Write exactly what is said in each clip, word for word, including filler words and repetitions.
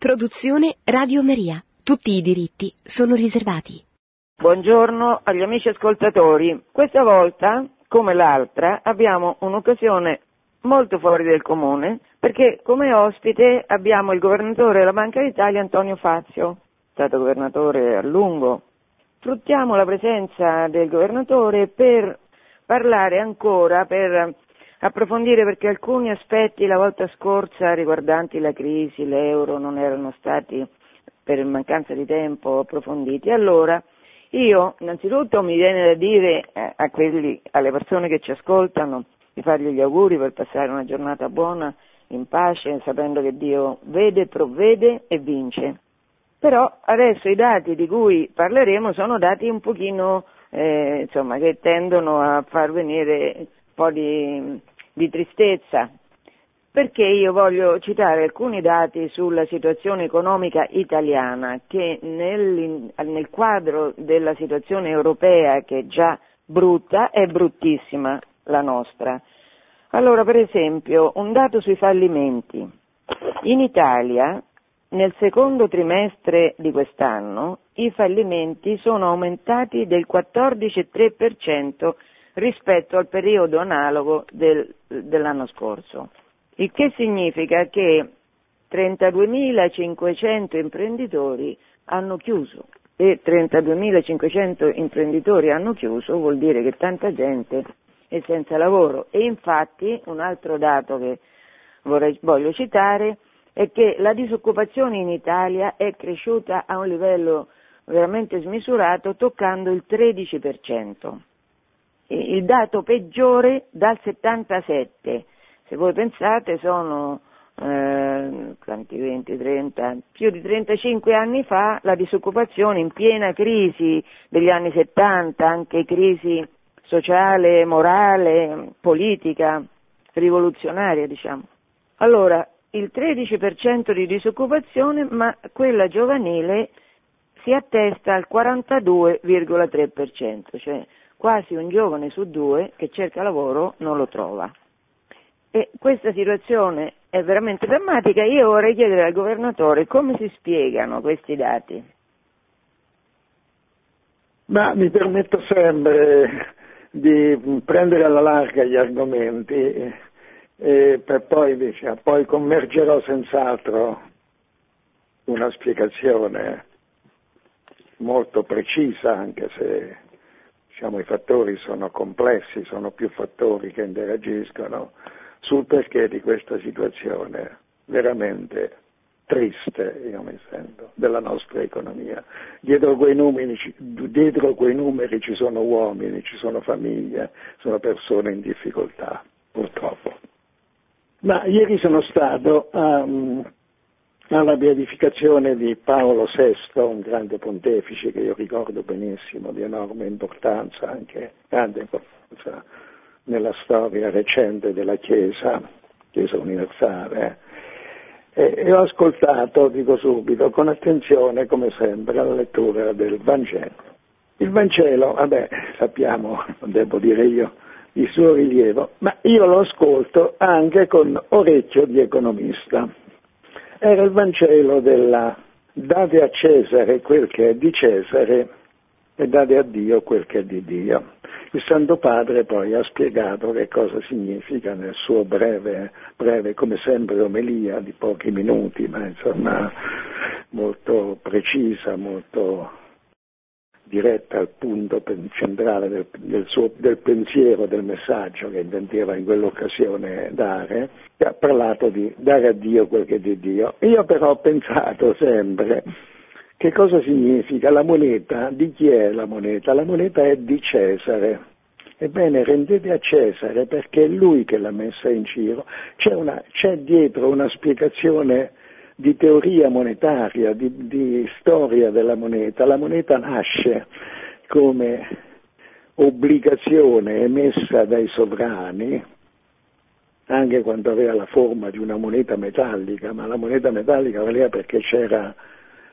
Produzione Radio Maria. Tutti i diritti sono riservati. Buongiorno agli amici ascoltatori. Questa volta, come l'altra, abbiamo un'occasione molto fuori del comune, perché come ospite abbiamo il governatore della Banca d'Italia Antonio Fazio, stato governatore a lungo. Sfruttiamo la presenza del governatore per parlare ancora, per approfondire, perché alcuni aspetti la volta scorsa riguardanti la crisi, l'euro, non erano stati per mancanza di tempo approfonditi. Allora io innanzitutto mi viene da dire eh, a quelli, alle persone che ci ascoltano, di fargli gli auguri per passare una giornata buona, in pace, sapendo che Dio vede, provvede e vince. Però adesso i dati di cui parleremo sono dati un pochino, eh, insomma, che tendono a far venire un po' di, di tristezza, perché io voglio citare alcuni dati sulla situazione economica italiana che nel, nel quadro della situazione europea, che è già brutta, è bruttissima la nostra. Allora, per esempio, un dato sui fallimenti. In Italia, nel secondo trimestre di quest'anno, i fallimenti sono aumentati del quattordici virgola tre per cento rispetto al periodo analogo del, dell'anno scorso. Il che significa che trentaduemilacinquecento imprenditori hanno chiuso, e trentaduemilacinquecento imprenditori hanno chiuso vuol dire che tanta gente è senza lavoro. E infatti un altro dato che vorrei, voglio citare è che la disoccupazione in Italia è cresciuta a un livello veramente smisurato, toccando il tredici per cento, il dato peggiore dal settantasette. Se voi pensate, sono eh, quanti, venti, trenta, più di trentacinque anni fa la disoccupazione, in piena crisi degli anni settanta, anche crisi sociale, morale, politica, rivoluzionaria, diciamo. Allora, il tredici per cento di disoccupazione, ma quella giovanile si attesta al quarantadue virgola tre per cento, cioè quasi un giovane su due che cerca lavoro non lo trova. E questa situazione è veramente drammatica. Io vorrei chiedere al governatore come si spiegano questi dati. Ma mi permetto sempre di prendere alla larga gli argomenti e per poi, diciamo, poi convergerò senz'altro una spiegazione molto precisa, anche se diciamo, i fattori sono complessi, sono più fattori che interagiscono sul perché di questa situazione veramente triste, io mi sento, della nostra economia. Dietro quei numeri, dietro quei numeri ci sono uomini, ci sono famiglie, sono persone in difficoltà, purtroppo. Ma ieri sono stato um, alla beatificazione di Paolo sesto, un grande pontefice che io ricordo benissimo, di enorme importanza, anche grande importanza nella storia recente della Chiesa, Chiesa universale, e, e ho ascoltato, dico subito, con attenzione, come sempre, la lettura del Vangelo. Il Vangelo, vabbè, sappiamo, non devo dire io, il suo rilievo, ma io lo ascolto anche con orecchio di economista. Era il Vangelo della date a Cesare quel che è di Cesare e date a Dio quel che è di Dio. Il Santo Padre poi ha spiegato che cosa significa nel suo breve, breve come sempre, omelia di pochi minuti, ma insomma molto precisa, molto diretta al punto centrale del, del, suo, del pensiero, del messaggio che intendeva in quell'occasione dare, che ha parlato di dare a Dio quel che è di Dio. Io però ho pensato sempre che cosa significa la moneta, di chi è la moneta? La moneta è di Cesare. Ebbene, rendete a Cesare perché è lui che l'ha messa in giro. C'è, una, c'è dietro una spiegazione di teoria monetaria, di, di storia della moneta. La moneta nasce come obbligazione emessa dai sovrani, anche quando aveva la forma di una moneta metallica, ma la moneta metallica valeva perché c'era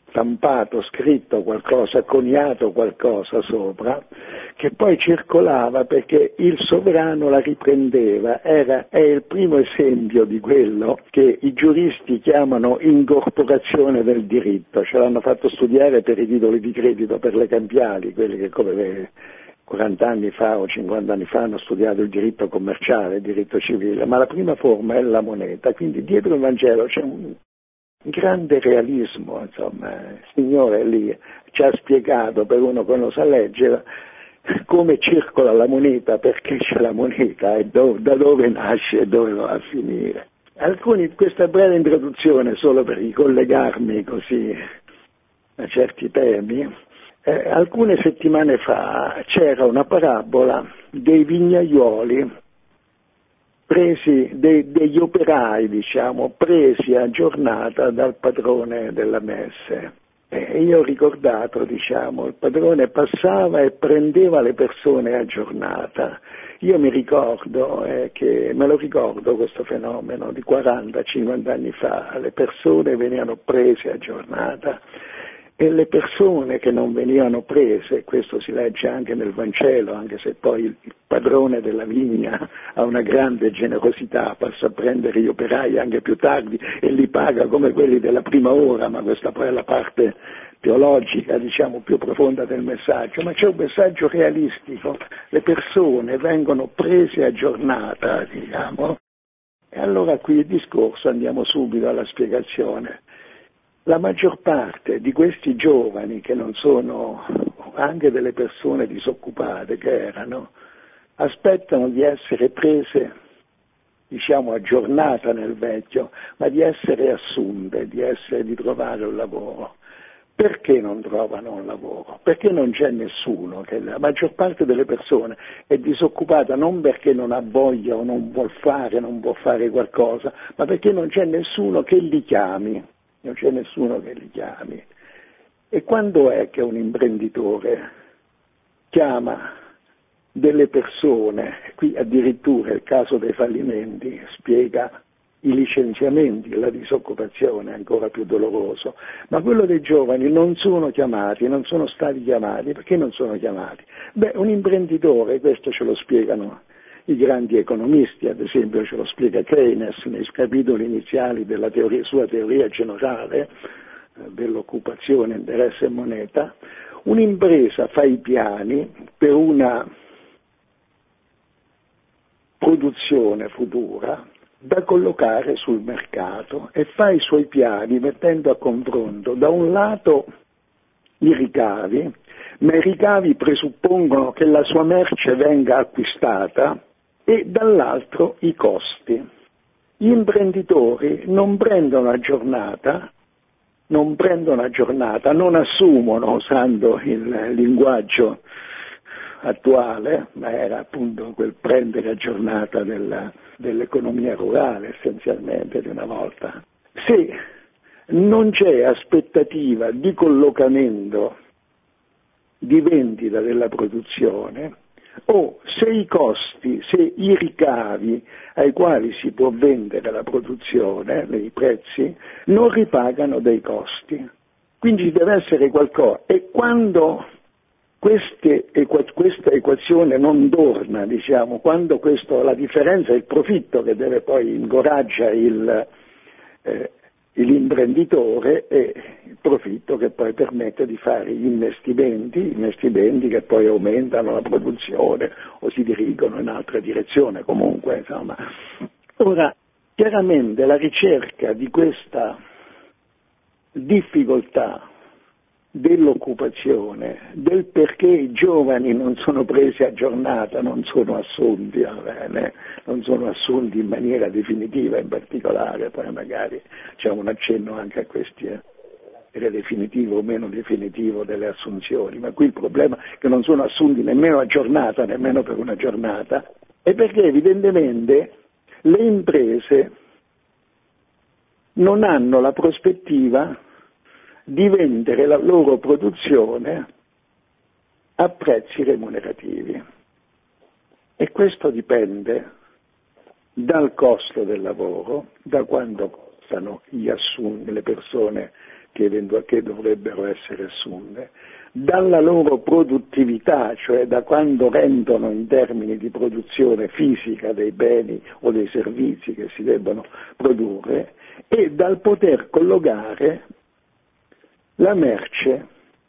stampato, scritto qualcosa, coniato qualcosa sopra, che poi circolava perché il sovrano la riprendeva. Era, è il primo esempio di quello che i giuristi chiamano incorporazione del diritto. Ce l'hanno fatto studiare per i titoli di credito per le cambiali, quelli che come quaranta anni fa o cinquanta anni fa hanno studiato il diritto commerciale, il diritto civile, ma la prima forma è la moneta, quindi dietro il Vangelo c'è un grande realismo, insomma, il Signore lì ci ha spiegato, per uno che non sa leggere, come circola la moneta, perché c'è la moneta e do, da dove nasce e dove va a finire. Alcuni, questa breve introduzione solo per ricollegarmi così a certi temi. Eh, alcune settimane fa c'era una parabola dei vignaioli presi, dei, degli operai, diciamo, presi a giornata dal padrone della messe. E io ho ricordato, diciamo, il padrone passava e prendeva le persone a giornata. Io mi ricordo, eh, che, me lo ricordo questo fenomeno di quaranta cinquanta anni fa, le persone venivano prese a giornata. E le persone che non venivano prese, questo si legge anche nel Vangelo, anche se poi il padrone della vigna ha una grande generosità, passa a prendere gli operai anche più tardi e li paga come quelli della prima ora, ma questa poi è la parte teologica, diciamo, più profonda del messaggio, ma c'è un messaggio realistico, le persone vengono prese a giornata, diciamo, e allora qui il discorso, andiamo subito alla spiegazione. La maggior parte di questi giovani, che non sono anche delle persone disoccupate che erano, aspettano di essere prese, diciamo, a giornata nel vecchio, ma di essere assunte, di, essere, di trovare un lavoro. Perché non trovano un lavoro? Perché non c'è nessuno, che la maggior parte delle persone è disoccupata non perché non ha voglia o non vuol fare, non può fare qualcosa, ma perché non c'è nessuno che li chiami. Non c'è nessuno che li chiami. E quando è che un imprenditore chiama delle persone, qui addirittura il caso dei fallimenti spiega i licenziamenti, la disoccupazione è ancora più doloroso, ma quello dei giovani non sono chiamati, non sono stati chiamati, perché non sono chiamati? Beh, un imprenditore, questo ce lo spiegano i grandi economisti, ad esempio ce lo spiega Keynes nei capitoli iniziali della teoria, sua teoria generale eh, dell'occupazione, interesse e moneta. Un'impresa fa i piani per una produzione futura da collocare sul mercato e fa i suoi piani mettendo a confronto da un lato i ricavi, ma i ricavi presuppongono che la sua merce venga acquistata, e dall'altro i costi. Gli imprenditori non prendono a giornata, non prendono a giornata, non assumono, usando il linguaggio attuale, ma era appunto quel prendere a giornata della, dell'economia rurale essenzialmente di una volta. Se non c'è aspettativa di collocamento, di vendita della produzione, o se i costi, se i ricavi ai quali si può vendere la produzione, i prezzi, non ripagano dei costi. Quindi deve essere qualcosa. E quando queste, questa equazione non torna, diciamo, quando questo, la differenza è il profitto che deve poi incoraggia il, eh, l'imprenditore e il profitto che poi permette di fare gli investimenti, investimenti che poi aumentano la produzione o si dirigono in altra direzione comunque, insomma. Ora, chiaramente la ricerca di questa difficoltà dell'occupazione, del perché i giovani non sono presi a giornata, non sono assunti, va bene? Non sono assunti in maniera definitiva in particolare, poi magari c'è un accenno anche a questi, eh, definitivo o meno definitivo delle assunzioni, ma qui il problema è che non sono assunti nemmeno a giornata, nemmeno per una giornata, è perché evidentemente le imprese non hanno la prospettiva di vendere la loro produzione a prezzi remunerativi. E questo dipende dal costo del lavoro, da quanto costano gli assunti, le persone che, eventu- che dovrebbero essere assunte, dalla loro produttività, cioè da quando rendono in termini di produzione fisica dei beni o dei servizi che si debbano produrre, e dal poter collocare la merce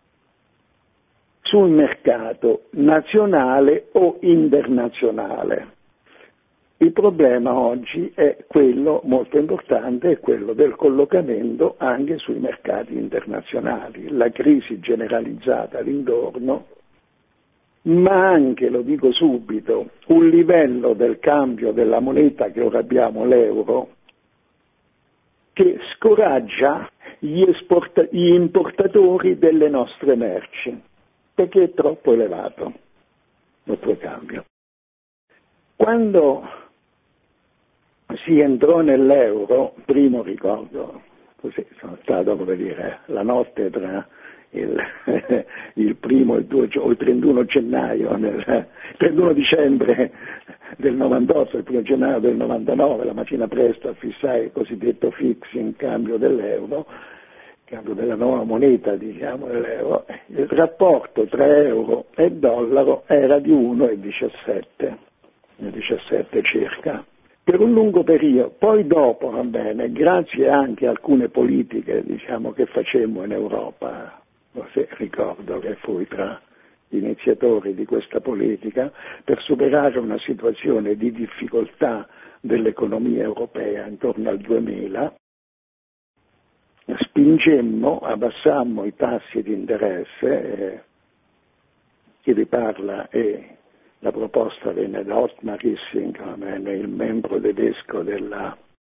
sul mercato nazionale o internazionale. Il problema oggi è quello molto importante, è quello del collocamento anche sui mercati internazionali, la crisi generalizzata all'intorno, ma anche, lo dico subito, un livello del cambio della moneta che ora abbiamo, l'euro, che scoraggia gli, esporta- gli importatori delle nostre merci, perché è troppo elevato il nostro cambio. Quando si entrò nell'euro, primo ricordo, così sono stato, come dire, la notte tra il, il primo e il, due, o il trentuno gennaio, nel trentuno dicembre del novantotto, il primo gennaio del novantanove, la mattina presto a fissare il cosiddetto fixing, cambio dell'euro, cambio della nuova moneta, diciamo, dell'euro, il rapporto tra euro e dollaro era di uno virgola diciassette, diciassette circa. Per un lungo periodo, poi dopo, va bene, grazie anche a alcune politiche, diciamo, che facemmo in Europa, ricordo che fui tra gli iniziatori di questa politica, per superare una situazione di difficoltà dell'economia europea intorno al duemila, spingemmo, abbassammo i tassi di interesse, eh, chi vi parla è la proposta venne da Ottmar Hissing, il membro tedesco della,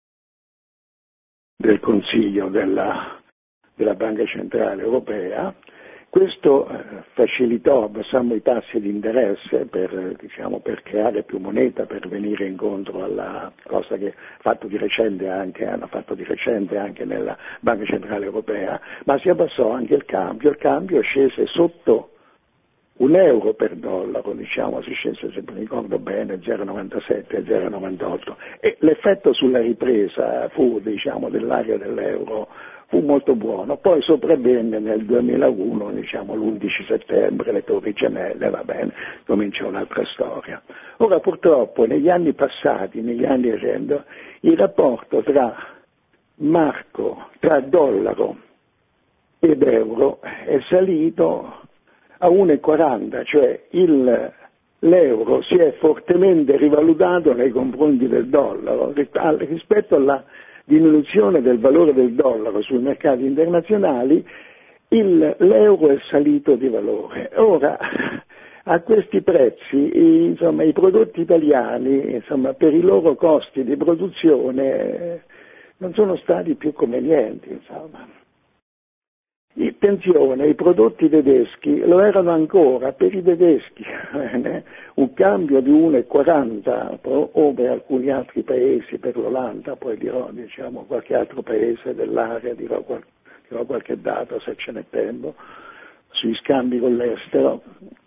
del Consiglio della, della Banca Centrale Europea. Questo eh, facilitò, abbassammo i tassi di interesse per, diciamo, per creare più moneta, per venire incontro alla cosa che fatto di recente anche, hanno fatto di recente anche nella Banca Centrale Europea, ma si abbassò anche il cambio, il cambio scese sotto un euro per dollaro, diciamo, si scese, se mi ricordo bene, zero virgola novantasette, zero virgola novantotto, e l'effetto sulla ripresa fu, diciamo, dell'area dell'euro fu molto buono. Poi sopravvenne nel duemilauno, diciamo, l'undici settembre, le Torri Gemelle, va bene, comincia un'altra storia. Ora purtroppo negli anni passati, negli anni recenti, il rapporto tra marco, tra dollaro ed euro è salito a uno virgola quaranta, cioè il, l'euro si è fortemente rivalutato nei confronti del dollaro rispetto alla diminuzione del valore del dollaro sui mercati internazionali. Il, l'euro è salito di valore. Ora, a questi prezzi, insomma, i prodotti italiani, insomma, per i loro costi di produzione non sono stati più convenienti, insomma. Attenzione, i prodotti tedeschi lo erano ancora per i tedeschi, un cambio di uno virgola quaranta o per alcuni altri paesi, per l'Olanda, poi dirò, diciamo, qualche altro paese dell'area, dirò, qual- dirò qualche dato se ce n'è tempo, sui scambi con l'estero.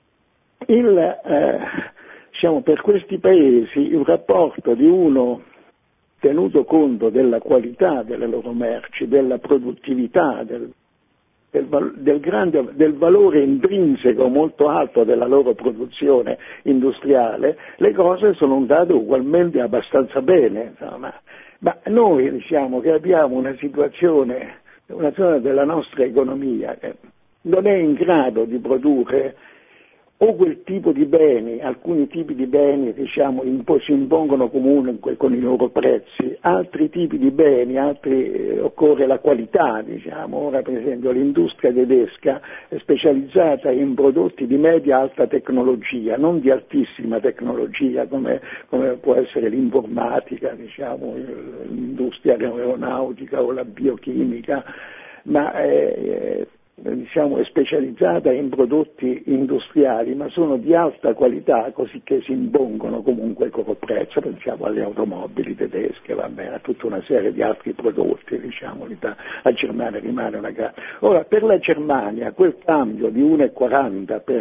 Il, eh, diciamo, per questi paesi il rapporto di uno, tenuto conto della qualità delle loro merci, della produttività, del Del, del, grande, del valore intrinseco molto alto della loro produzione industriale, le cose sono andate ugualmente abbastanza bene, insomma. Ma noi diciamo che abbiamo una situazione, una zona della nostra economia che non è in grado di produrre o quel tipo di beni, alcuni tipi di beni, diciamo, impo- si impongono comunque con i loro prezzi, altri tipi di beni, altri, eh, occorre la qualità, diciamo. Ora per esempio l'industria tedesca è specializzata in prodotti di media-alta tecnologia, non di altissima tecnologia come, come può essere l'informatica, diciamo, l'industria aeronautica o la biochimica, ma è, diciamo, è specializzata in prodotti industriali, ma sono di alta qualità, così che si impongono comunque con il prezzo. Pensiamo alle automobili tedesche, va bene, a tutta una serie di altri prodotti, diciamo, la Germania rimane una grande. Ora, per la Germania quel cambio di uno virgola quaranta per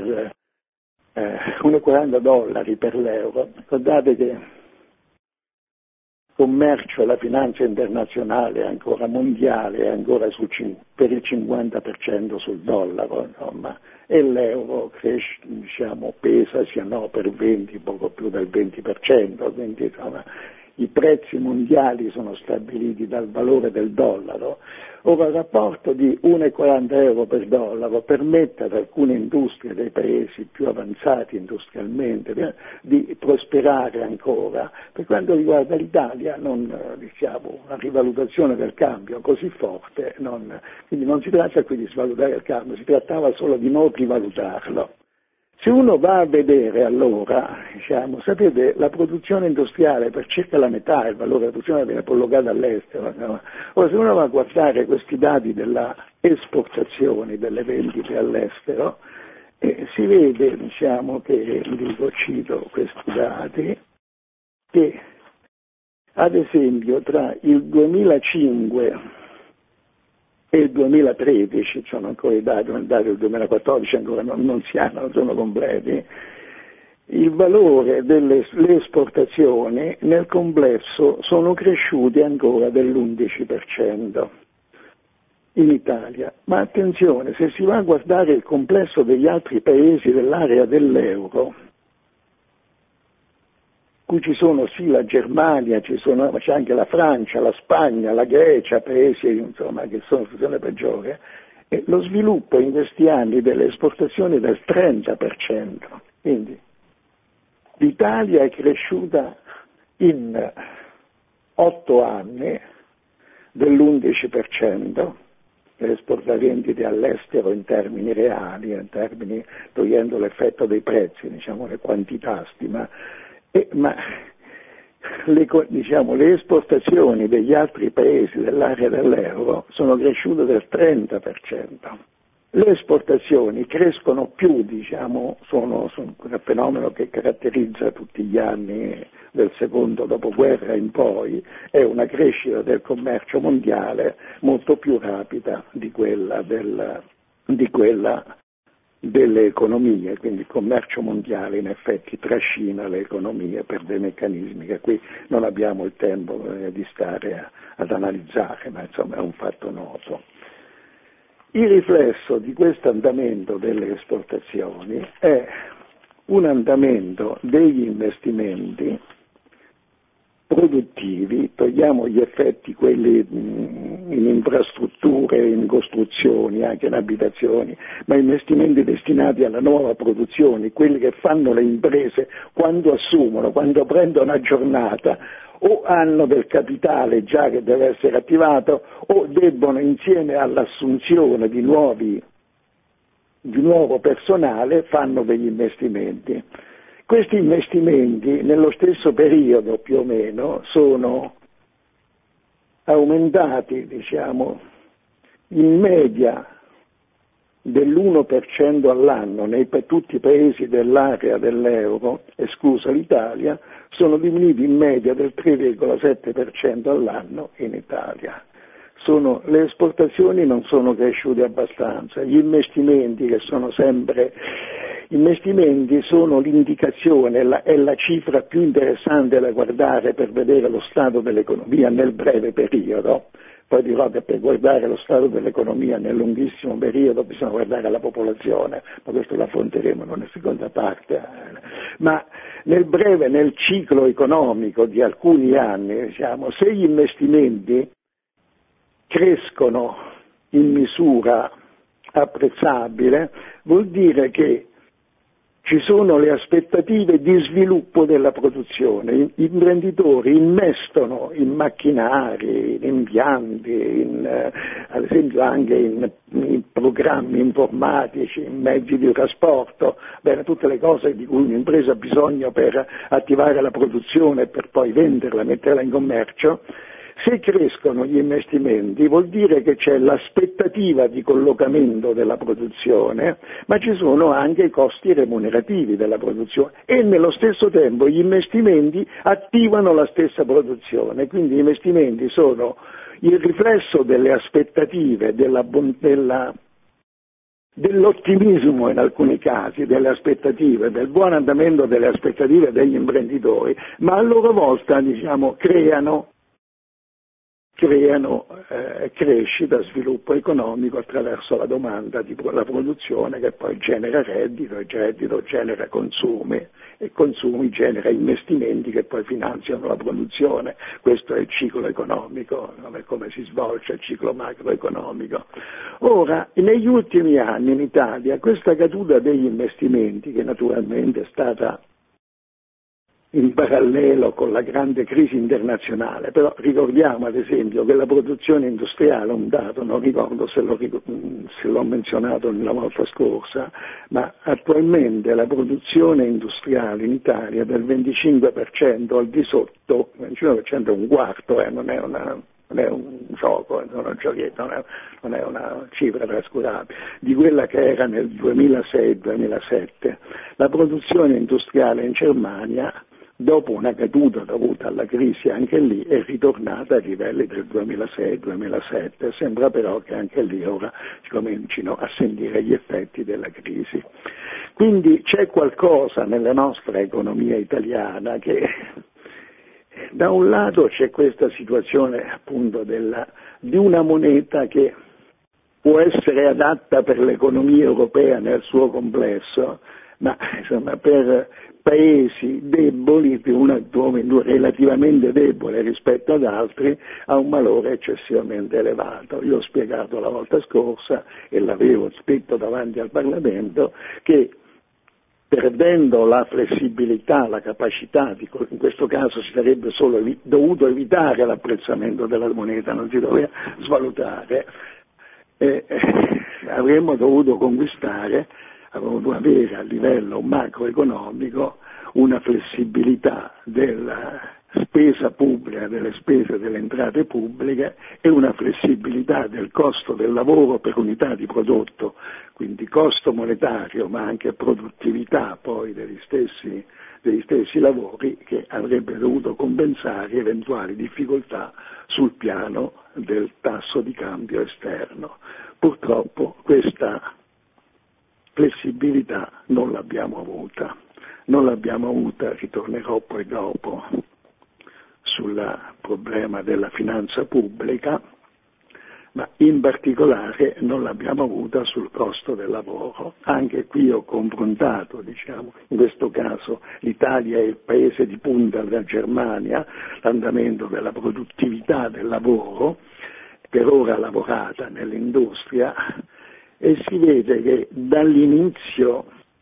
eh, uno virgola quaranta dollari per l'euro, guardate che commercio e la finanza internazionale ancora mondiale è ancora sul, per il cinquanta per cento sul dollaro, insomma, e l'euro cresce, diciamo, pesa sia no per venti, poco più del venti per cento, quindi insomma, i prezzi mondiali sono stabiliti dal valore del dollaro. Ora il rapporto di uno virgola quaranta euro per dollaro permette ad alcune industrie dei paesi più avanzati industrialmente di prosperare ancora. Per quanto riguarda l'Italia, non, diciamo, una rivalutazione del cambio così forte, non, quindi non si tratta qui di svalutare il cambio, si trattava solo di non rivalutarlo. Se uno va a vedere allora, diciamo, sapete, la produzione industriale per circa la metà, il valore della produzione viene collocato all'estero. No? Ora se uno va a guardare questi dati della esportazione, delle vendite all'estero, eh, si vede, diciamo, che, dico, cito questi dati, che ad esempio tra il duemilacinque e il duemilatredici, sono ancora i dati, i dati del duemilaquattordici ancora non, non si hanno, non sono completi, il valore delle le esportazioni nel complesso sono cresciuti ancora dell'undici per cento in Italia. Ma attenzione, se si va a guardare il complesso degli altri paesi dell'area dell'euro, cui ci sono sì la Germania, ci sono, ma c'è anche la Francia, la Spagna, la Grecia, paesi insomma, che sono in situazione peggiore, e lo sviluppo in questi anni delle esportazioni è del trenta per cento. Quindi l'Italia è cresciuta in otto anni dell'undici per cento, le esportavendite all'estero in termini reali, in termini togliendo l'effetto dei prezzi, diciamo le quantità stima. Eh, ma le, diciamo, le esportazioni degli altri paesi dell'area dell'euro sono cresciute del trenta per cento. Le esportazioni crescono più, diciamo, sono, sono un fenomeno che caratterizza tutti gli anni del secondo dopoguerra in poi, è una crescita del commercio mondiale molto più rapida di quella, del, di quella delle economie, quindi il commercio mondiale in effetti trascina le economie per dei meccanismi che qui non abbiamo il tempo eh, di stare a, ad analizzare, ma insomma è un fatto noto. Il riflesso di questo andamento delle esportazioni è un andamento degli investimenti produttivi, togliamo gli effetti quelli in infrastrutture, in costruzioni, anche in abitazioni, ma investimenti destinati alla nuova produzione, quelli che fanno le imprese quando assumono, quando prendono una giornata, o hanno del capitale già che deve essere attivato o debbono insieme all'assunzione di nuovi, di nuovo personale fanno degli investimenti. Questi investimenti nello stesso periodo più o meno sono aumentati, diciamo, in media dell'uno per cento all'anno nei per tutti i paesi dell'area dell'euro, esclusa l'Italia, sono diminuiti in media del tre virgola sette per cento all'anno in Italia. Sono, le esportazioni non sono cresciute abbastanza, gli investimenti che sono sempre... Investimenti sono l'indicazione, è la, è la cifra più interessante da guardare per vedere lo stato dell'economia nel breve periodo. Poi dirò che per guardare lo stato dell'economia nel lunghissimo periodo bisogna guardare la popolazione, ma questo lo affronteremo in una seconda parte. Ma nel breve, nel ciclo economico di alcuni anni, diciamo, se gli investimenti crescono in misura apprezzabile, vuol dire che ci sono le aspettative di sviluppo della produzione, gli imprenditori investono in macchinari, in impianti, in, eh, ad esempio anche in, in programmi informatici, in mezzi di trasporto, bene, tutte le cose di cui un'impresa ha bisogno per attivare la produzione e per poi venderla, metterla in commercio. Se crescono gli investimenti vuol dire che c'è l'aspettativa di collocamento della produzione, ma ci sono anche i costi remunerativi della produzione e nello stesso tempo gli investimenti attivano la stessa produzione, quindi gli investimenti sono il riflesso delle aspettative, della, della, dell'ottimismo in alcuni casi, delle aspettative, del buon andamento delle aspettative degli imprenditori, ma a loro volta, diciamo, creano creano eh, crescita, sviluppo economico attraverso la domanda, di, la produzione che poi genera reddito, e reddito genera consumi, e consumi genera investimenti che poi finanziano la produzione. Questo è il ciclo economico, come, come si svolge il ciclo macroeconomico. Ora, negli ultimi anni in Italia questa caduta degli investimenti, che naturalmente è stata in parallelo con la grande crisi internazionale, però ricordiamo ad esempio che la produzione industriale, un dato, non ricordo se l'ho, se l'ho menzionato la volta scorsa, ma attualmente la produzione industriale in Italia è del venticinque per cento al di sotto, venticinque per cento è un quarto, eh, non è una... non è un gioco, non è un giochietto, non è, non è una cifra trascurabile, di quella che era nel duemilasei duemilasette. La produzione industriale in Germania, dopo una caduta dovuta alla crisi, anche lì è ritornata ai livelli del duemilasei duemilasette, sembra però che anche lì ora si comincino a sentire gli effetti della crisi. Quindi c'è qualcosa nella nostra economia italiana che, da un lato c'è questa situazione appunto della, di una moneta che può essere adatta per l'economia europea nel suo complesso, ma insomma per paesi deboli, una, relativamente debole rispetto ad altri, ha un valore eccessivamente elevato. Io ho spiegato la volta scorsa, e l'avevo scritto davanti al Parlamento, che perdendo la flessibilità, la capacità, di, in questo caso si sarebbe solo evi- dovuto evitare l'apprezzamento della moneta, non si doveva svalutare, eh, eh, avremmo dovuto conquistare, avremmo dovuto avere a livello macroeconomico una flessibilità della spesa pubblica, delle spese delle entrate pubbliche, e una flessibilità del costo del lavoro per unità di prodotto, quindi costo monetario ma anche produttività poi degli stessi, degli stessi lavori, che avrebbe dovuto compensare eventuali difficoltà sul piano del tasso di cambio esterno. Purtroppo questa flessibilità non l'abbiamo avuta, non l'abbiamo avuta, ritornerò poi dopo sul problema della finanza pubblica, ma in particolare non l'abbiamo avuta sul costo del lavoro. Anche qui ho confrontato, diciamo, in questo caso l'Italia è il paese di punta della Germania, l'andamento della produttività del lavoro per ora lavorata nell'industria, e si vede che dall'inizio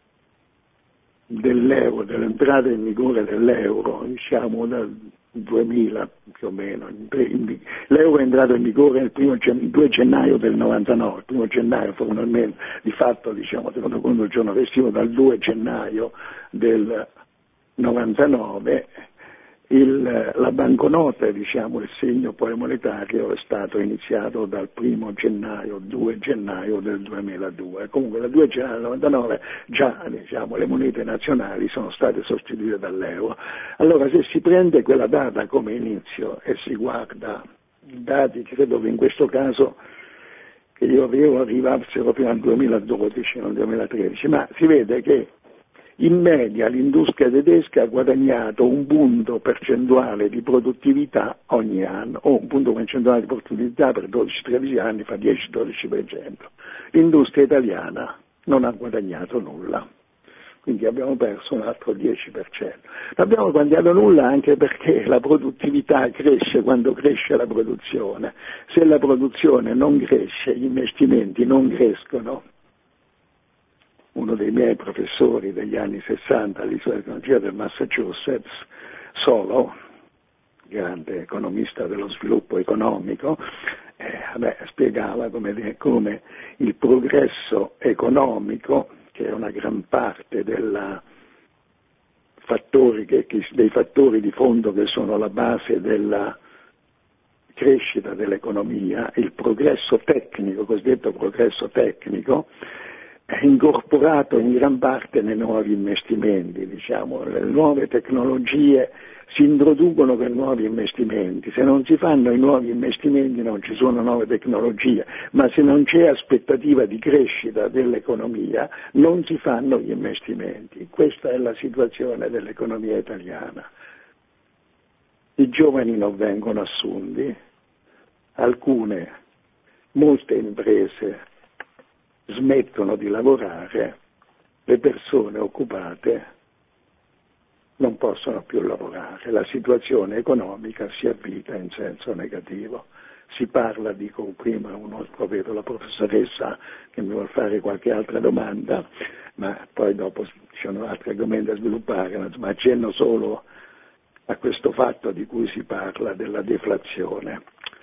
dell'euro, dell'entrata in vigore dell'euro, diciamo dal duemila più o meno, l'euro è entrato in vigore il primo il due gennaio del novantanove, il primo gennaio formalmente, di fatto, diciamo, secondo conto il giorno festivo, dal due gennaio del novantanove, il, la banconota, diciamo, il segno poi monetario è stato iniziato dal primo gennaio, due gennaio del duemiladue. Comunque dal due gennaio del novantanove già, diciamo, le monete nazionali sono state sostituite dall'euro. Allora, se si prende quella data come inizio e si guarda i dati, credo che in questo caso che io avevo arrivassero fino al duemiladodici, non duemilatredici, ma si vede che in media l'industria tedesca ha guadagnato un punto percentuale di produttività ogni anno, o un punto percentuale di produttività per dodici tredici anni fa dieci dodici per cento. L'industria italiana non ha guadagnato nulla, quindi abbiamo perso un altro dieci per cento. Non abbiamo guadagnato nulla anche perché la produttività cresce quando cresce la produzione. Se la produzione non cresce, gli investimenti non crescono. Uno dei miei professori degli anni sessanta all'Istituto di Tecnologia del Massachusetts, Solo, grande economista dello sviluppo economico, eh, vabbè, spiegava come, come il progresso economico, che è una gran parte della fattori che, che, dei fattori di fondo che sono la base della crescita dell'economia, il progresso tecnico, cosiddetto progresso tecnico, è incorporato in gran parte nei nuovi investimenti, diciamo, le nuove tecnologie si introducono per nuovi investimenti, se non si fanno i nuovi investimenti non ci sono nuove tecnologie, ma se non c'è aspettativa di crescita dell'economia non si fanno gli investimenti. Questa è la situazione dell'economia italiana. I giovani non vengono assunti, alcune, molte imprese smettono di lavorare, le persone occupate non possono più lavorare, la situazione economica si avvita in senso negativo. Si parla, dico prima, uno, vedo la professoressa che mi vuole fare qualche altra domanda, ma poi dopo ci sono altri argomenti da sviluppare, ma accenno solo a questo fatto di cui si parla, della deflazione.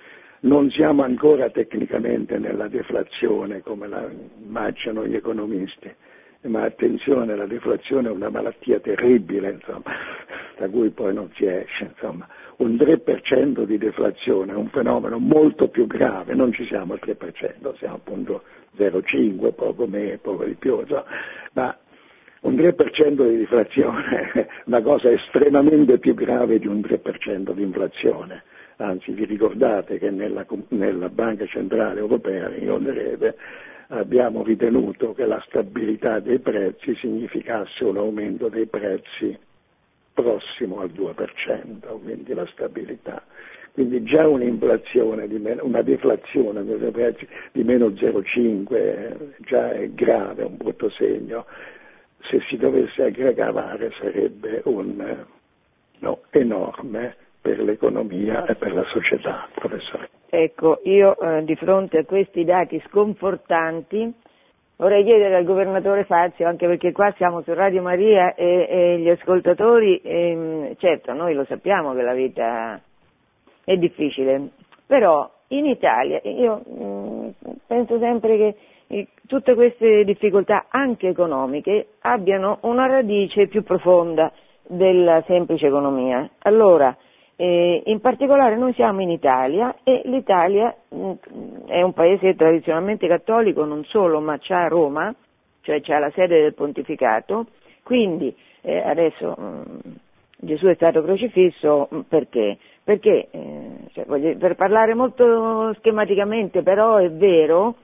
Non siamo ancora tecnicamente nella deflazione come la immaginano gli economisti, ma attenzione, la deflazione è una malattia terribile, insomma, da cui poi non si esce. Insomma. Un tre per cento di deflazione è un fenomeno molto più grave, non ci siamo al tre per cento, siamo appunto zero virgola cinque, poco meno, poco di più, insomma, ma un tre per cento di deflazione è una cosa estremamente più grave di un tre per cento di inflazione. Anzi, vi ricordate che nella, nella Banca Centrale Europea, in Londreve, abbiamo ritenuto che la stabilità dei prezzi significasse un aumento dei prezzi prossimo al due per cento, quindi la stabilità. Quindi già un'inflazione, di meno, una deflazione dei prezzi di meno zero virgola cinque già è grave, un brutto segno. Se si dovesse aggravare sarebbe un no, enorme per l'economia e per la società, professore. Ecco, io eh, di fronte a questi dati sconfortanti vorrei chiedere al governatore Fazio, anche perché qua siamo su Radio Maria e, e gli ascoltatori, e, certo noi lo sappiamo che la vita è difficile, però in Italia io mh, penso sempre che eh, tutte queste difficoltà anche economiche abbiano una radice più profonda della semplice economia. Allora, Eh, in particolare noi siamo in Italia e l'Italia mh, è un paese tradizionalmente cattolico, non solo, ma c'ha Roma, cioè c'ha la sede del pontificato, quindi eh, adesso mh, Gesù è stato crocifisso mh, perché? Perché, eh, cioè, voglio, per parlare molto schematicamente, però è vero,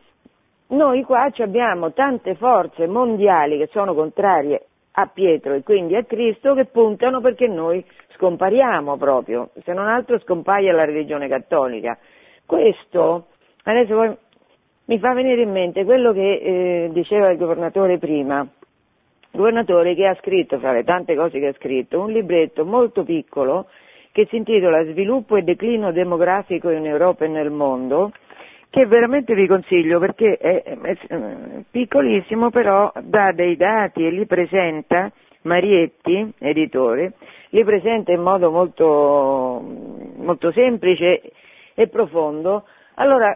noi qua abbiamo tante forze mondiali che sono contrarie a Pietro e quindi a Cristo, che puntano perché noi scompariamo proprio, se non altro scompaia la religione cattolica. Questo, adesso poi, mi fa venire in mente quello che eh, diceva il governatore prima, il governatore che ha scritto, fra le tante cose che ha scritto, un libretto molto piccolo che si intitola Sviluppo e declino demografico in Europa e nel mondo, che veramente vi consiglio perché è, è, è piccolissimo, però dà dei dati e li presenta, Marietti, editore, li presenta in modo molto, molto semplice e profondo. Allora,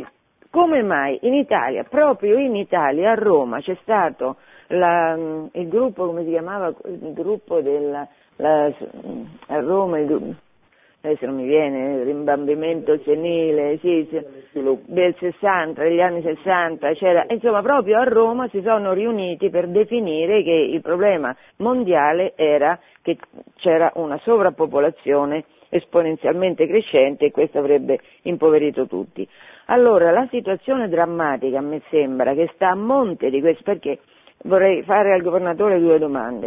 come mai in Italia, proprio in Italia, a Roma, c'è stato la, il gruppo, come si chiamava, il gruppo della, la, a Roma, il gruppo, adesso non mi viene, il rimbambimento senile, sì, sì, del sessanta, degli anni sessanta, c'era, insomma proprio a Roma si sono riuniti per definire che il problema mondiale era che c'era una sovrappopolazione esponenzialmente crescente e questo avrebbe impoverito tutti. Allora la situazione drammatica a me sembra che sta a monte di questo, perché vorrei fare al governatore due domande.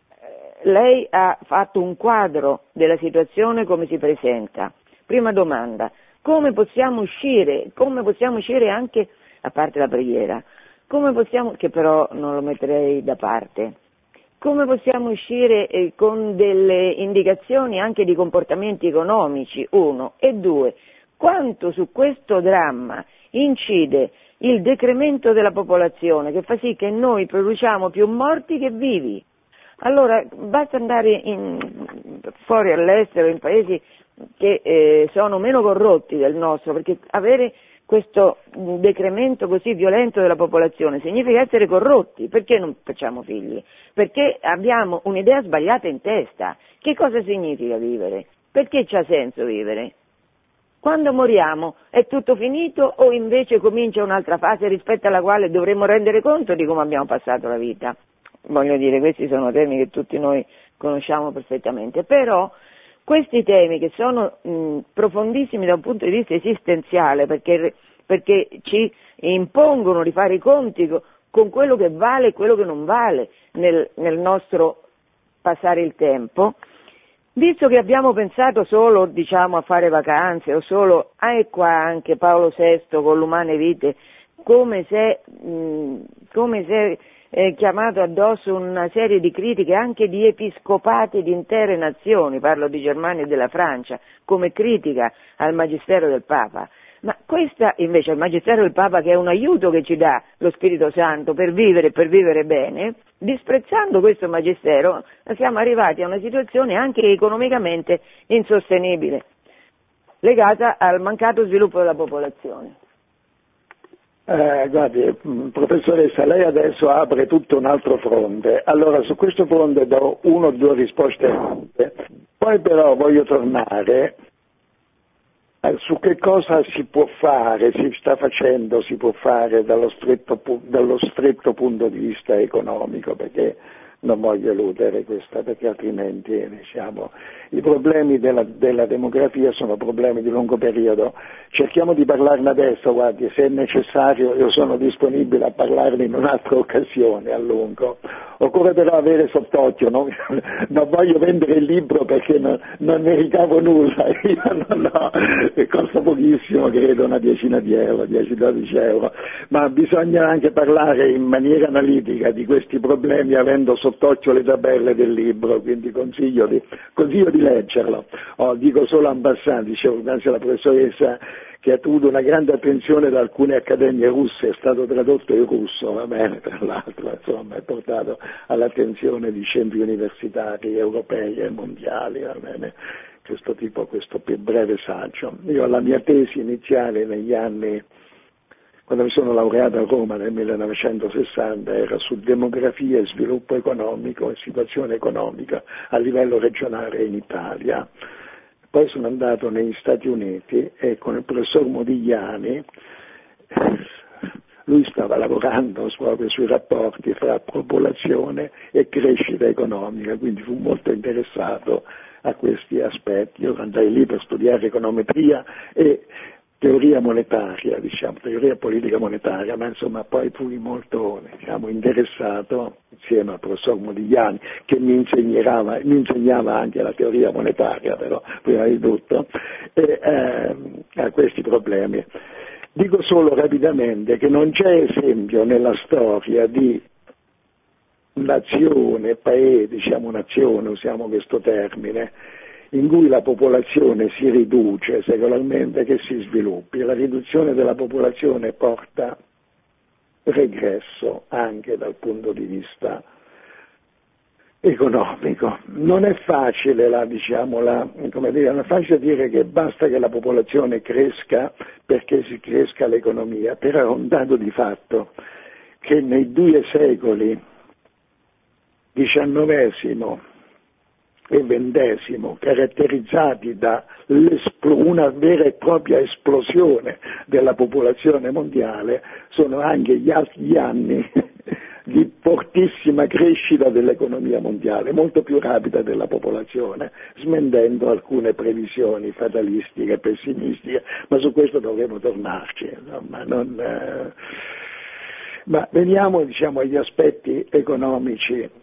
Lei ha fatto un quadro della situazione come si presenta. Prima domanda, come possiamo uscire, come possiamo uscire anche, a parte la preghiera, come possiamo, che però non lo metterei da parte, come possiamo uscire eh, con delle indicazioni anche di comportamenti economici, uno, e due, quanto su questo dramma incide il decremento della popolazione che fa sì che noi produciamo più morti che vivi. Allora, basta andare in, fuori all'estero, in paesi che eh, sono meno corrotti del nostro, perché avere questo decremento così violento della popolazione significa essere corrotti. Perché non facciamo figli? Perché abbiamo un'idea sbagliata in testa. Che cosa significa vivere? Perché c'ha senso vivere? Quando moriamo è tutto finito o invece comincia un'altra fase rispetto alla quale dovremmo rendere conto di come abbiamo passato la vita? Voglio dire, questi sono temi che tutti noi conosciamo perfettamente, però questi temi che sono mh, profondissimi da un punto di vista esistenziale, perché, perché ci impongono di fare i conti con quello che vale e quello che non vale nel, nel nostro passare il tempo, visto che abbiamo pensato solo, diciamo, a fare vacanze o solo, ah, e qua anche Paolo sesto con l'Umane Vite, come se, mh, come se eh, chiamato addosso una serie di critiche anche di episcopati di intere nazioni, parlo di Germania e della Francia, come critica al magistero del Papa. Ma questa invece è il magistero del Papa, che è un aiuto che ci dà lo Spirito Santo per vivere e per vivere bene, disprezzando questo magistero siamo arrivati a una situazione anche economicamente insostenibile, legata al mancato sviluppo della popolazione. Eh, guardi, professoressa, lei adesso apre tutto un altro fronte. Allora, su questo fronte do uno o due risposte rapide. Poi però voglio tornare su che cosa si può fare, si sta facendo, si può fare dallo stretto, dallo stretto punto di vista economico, perché non voglio eludere questa, perché altrimenti diciamo, i problemi della, della demografia sono problemi di lungo periodo. Cerchiamo di parlarne adesso, guardi, se è necessario io sono disponibile a parlarne in un'altra occasione a lungo. Occorre però avere sott'occhio, no? Non voglio vendere il libro perché non, non ne ricavo nulla, io non ho, costa pochissimo, credo una decina di euro, dieci dodici euro, ma bisogna anche parlare in maniera analitica di questi problemi avendo sott'occhio le tabelle del libro, quindi consiglio di, consiglio di leggerlo. Oh, dico solo en passant, dicevo grazie alla professoressa che ha avuto una grande attenzione da alcune accademie russe, è stato tradotto in russo, va bene, tra l'altro, insomma, è portato all'attenzione di centri universitari europei e mondiali, va bene, questo tipo, questo più breve saggio. Io la mia tesi iniziale negli anni, quando mi sono laureato a Roma nel millenovecentosessanta, era su demografia e sviluppo economico e situazione economica a livello regionale in Italia. Poi sono andato negli Stati Uniti e con il professor Modigliani, lui stava lavorando proprio sui rapporti fra popolazione e crescita economica, quindi fu molto interessato a questi aspetti. Io andai lì per studiare econometria e teoria monetaria, diciamo, teoria politica monetaria, ma insomma poi fui molto, diciamo, interessato insieme al professor Modigliani, che mi insegnava, mi insegnava anche la teoria monetaria, però prima di tutto, e, eh, a questi problemi. Dico solo rapidamente che non c'è esempio nella storia di nazione, paese, diciamo nazione, usiamo questo termine, in cui la popolazione si riduce secolarmente che si sviluppi. La riduzione della popolazione porta regresso anche dal punto di vista economico. Non è facile, la, diciamo, la, come dire, non è facile dire che basta che la popolazione cresca perché si cresca l'economia, però è un dato di fatto che nei due secoli, diciannovesimo e ventesimo, caratterizzati da una vera e propria esplosione della popolazione mondiale, sono anche gli altri anni di fortissima crescita dell'economia mondiale, molto più rapida della popolazione, smentendo alcune previsioni fatalistiche e pessimistiche, ma su questo dovremo tornarci. Insomma, non, eh... Ma veniamo, diciamo, agli aspetti economici.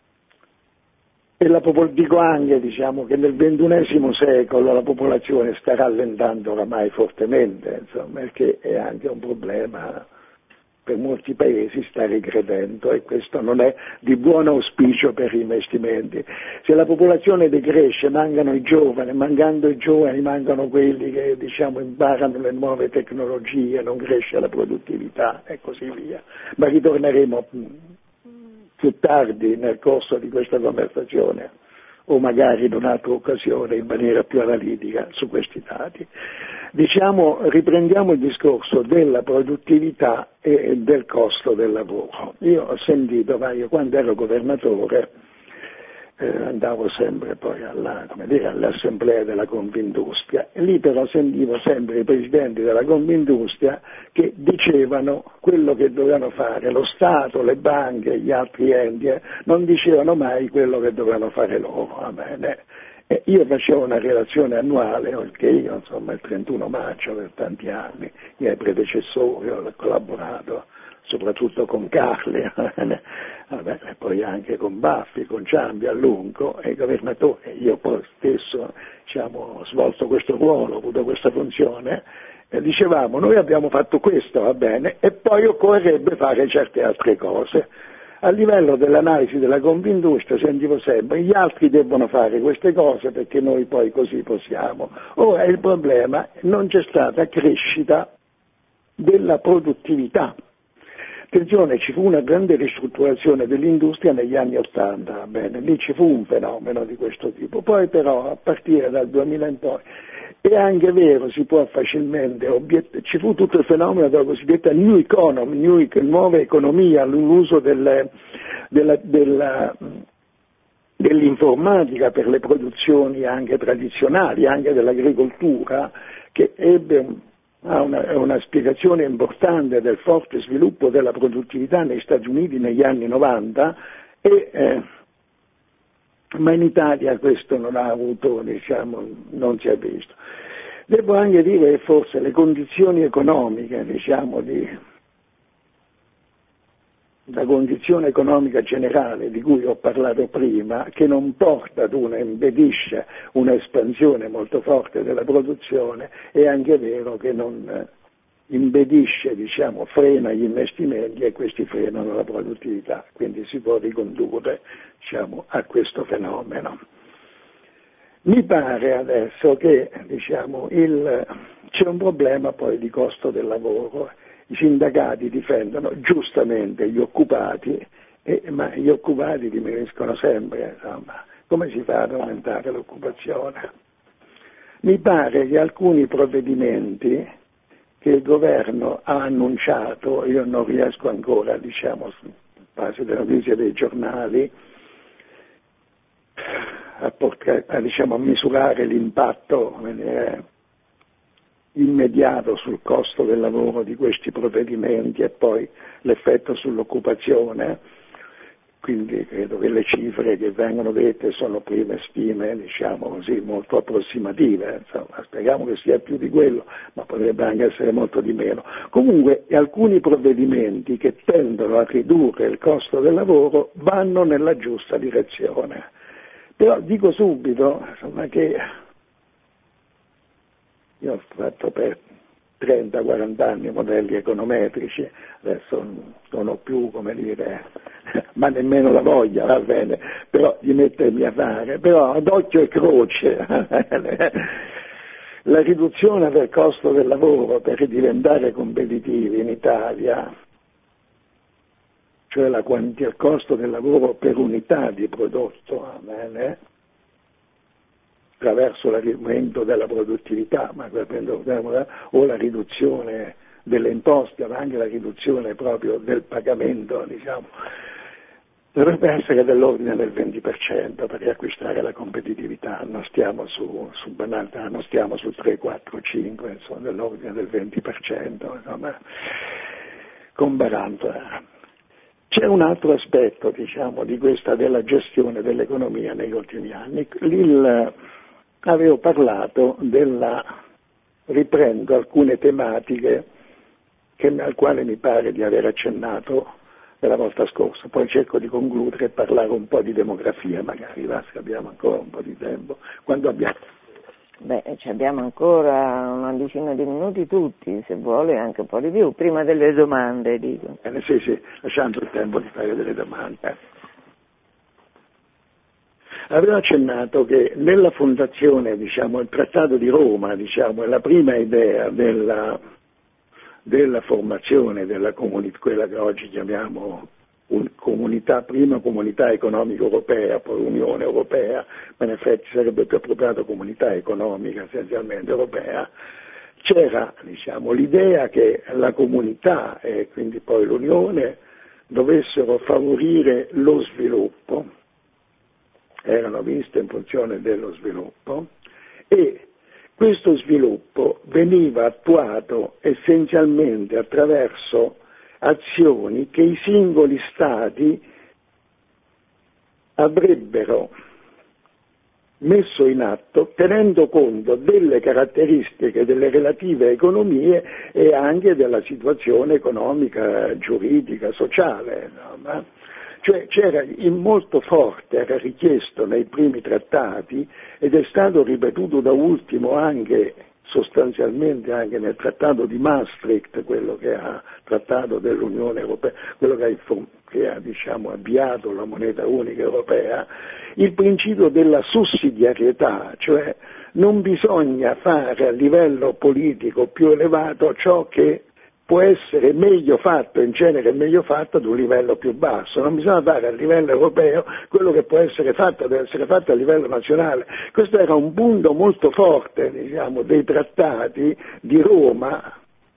E la popol- dico anche, diciamo, che nel ventunesimo secolo la popolazione sta rallentando oramai fortemente, insomma, perché è anche un problema per molti paesi, sta regredendo, e questo non è di buon auspicio per gli investimenti. Se la popolazione decresce, mancano i giovani, mancando i giovani mancano quelli che, diciamo, imparano le nuove tecnologie, non cresce la produttività e così via. Ma ritorneremo più tardi nel corso di questa conversazione o magari in un'altra occasione in maniera più analitica su questi dati. Diciamo, riprendiamo il discorso della produttività e del costo del lavoro. Io ho sentito, ma io quando ero governatore eh, andavo sempre poi alla, come dire, all'assemblea della Confindustria, e lì però sentivo sempre i presidenti della Confindustria che dicevano quello che dovevano fare lo Stato, le banche, gli altri enti, eh, non dicevano mai quello che dovevano fare loro, va bene? E io facevo una relazione annuale, perché io insomma il trentuno maggio per tanti anni, i miei predecessori, ho collaborato soprattutto con Carli, vabbè, e poi anche con Baffi, con Ciampi a lungo, e i governatori, io poi stesso diciamo, ho svolto questo ruolo, ho avuto questa funzione, e dicevamo noi abbiamo fatto questo, va bene, e poi occorrerebbe fare certe altre cose. A livello dell'analisi della Confindustria sentivo sempre gli altri debbono fare queste cose perché noi poi così possiamo. Ora il problema non c'è stata crescita della produttività. Attenzione, ci fu una grande ristrutturazione dell'industria negli anni Ottanta, va bene, lì ci fu un fenomeno di questo tipo. Poi però a partire dal duemila in poi è anche vero, si può facilmente obiett- ci fu tutto il fenomeno della cosiddetta new economy, new, nuova economia, l'uso del, della, della, dell'informatica per le produzioni anche tradizionali, anche dell'agricoltura, che ebbe un, ha una, una spiegazione importante del forte sviluppo della produttività negli Stati Uniti negli anni novanta, e, eh, ma in Italia questo non ha avuto, diciamo, non si è visto. Devo anche dire che forse le condizioni economiche, diciamo, di, la condizione economica generale di cui ho parlato prima, che non porta ad una, impedisce un'espansione molto forte della produzione, è anche vero che non impedisce, diciamo, frena gli investimenti e questi frenano la produttività, quindi si può ricondurre, diciamo, a questo fenomeno. Mi pare adesso che, diciamo, il, c'è un problema poi di costo del lavoro. I sindacati difendono giustamente gli occupati, eh, ma gli occupati diminuiscono sempre, insomma, come si fa ad aumentare l'occupazione? Mi pare che alcuni provvedimenti che il governo ha annunciato, io non riesco ancora, diciamo, su base delle notizie dei giornali, a, portare, a, diciamo, a misurare l'impatto eh, immediato sul costo del lavoro di questi provvedimenti e poi l'effetto sull'occupazione. Quindi credo che le cifre che vengono dette sono prime stime, diciamo così, molto approssimative, insomma, speriamo che sia più di quello, ma potrebbe anche essere molto di meno. Comunque alcuni provvedimenti che tendono a ridurre il costo del lavoro vanno nella giusta direzione. Però dico subito, insomma, che io ho fatto per trenta quaranta anni modelli econometrici, adesso non ho più, come dire, ma nemmeno la voglia, va bene, però di mettermi a fare, però ad occhio e croce la riduzione del costo del lavoro per diventare competitivi in Italia, cioè la quantità, il costo del lavoro per unità di prodotto, va bene, attraverso l'aumento della produttività, ma o la riduzione delle imposte, ma anche la riduzione proprio del pagamento, diciamo, dovrebbe essere dell'ordine del venti per cento per riacquistare la competitività, non stiamo su, su banalità, non stiamo sul tre, quattro, cinque, insomma, dell'ordine del venti per cento, insomma, comparando. C'è un altro aspetto, diciamo, di questa della gestione dell'economia negli ultimi anni. Il, avevo parlato della, riprendo alcune tematiche che, al quale mi pare di aver accennato la volta scorsa, poi cerco di concludere e parlare un po' di demografia, magari, va, se abbiamo ancora un po' di tempo. Quando abbiamo... Beh, ci abbiamo ancora una decina di minuti tutti, se vuole anche un po' di più, prima delle domande, dico. Eh, sì, sì, lasciando il tempo di fare delle domande. Avevo accennato che nella fondazione, diciamo, il Trattato di Roma, diciamo, è la prima idea della, della formazione della comunità, quella che oggi chiamiamo un, comunità, prima comunità economica europea, poi Unione Europea, ma in effetti sarebbe più appropriato comunità economica essenzialmente europea. C'era, diciamo, l'idea che la comunità e quindi poi l'Unione dovessero favorire lo sviluppo erano viste in funzione dello sviluppo, e questo sviluppo veniva attuato essenzialmente attraverso azioni che i singoli stati avrebbero messo in atto tenendo conto delle caratteristiche delle relative economie e anche della situazione economica, giuridica, sociale. No? Ma, cioè c'era in molto forte, era richiesto nei primi trattati ed è stato ripetuto da ultimo anche sostanzialmente anche nel trattato di Maastricht, quello che ha trattato dell'Unione Europea, quello che ha, che ha diciamo, avviato la moneta unica europea, il principio della sussidiarietà, cioè non bisogna fare a livello politico più elevato ciò che può essere meglio fatto, in genere meglio fatto ad un livello più basso, non bisogna fare a livello europeo quello che può essere fatto, deve essere fatto a livello nazionale. Questo era un punto molto forte, diciamo, dei trattati di Roma,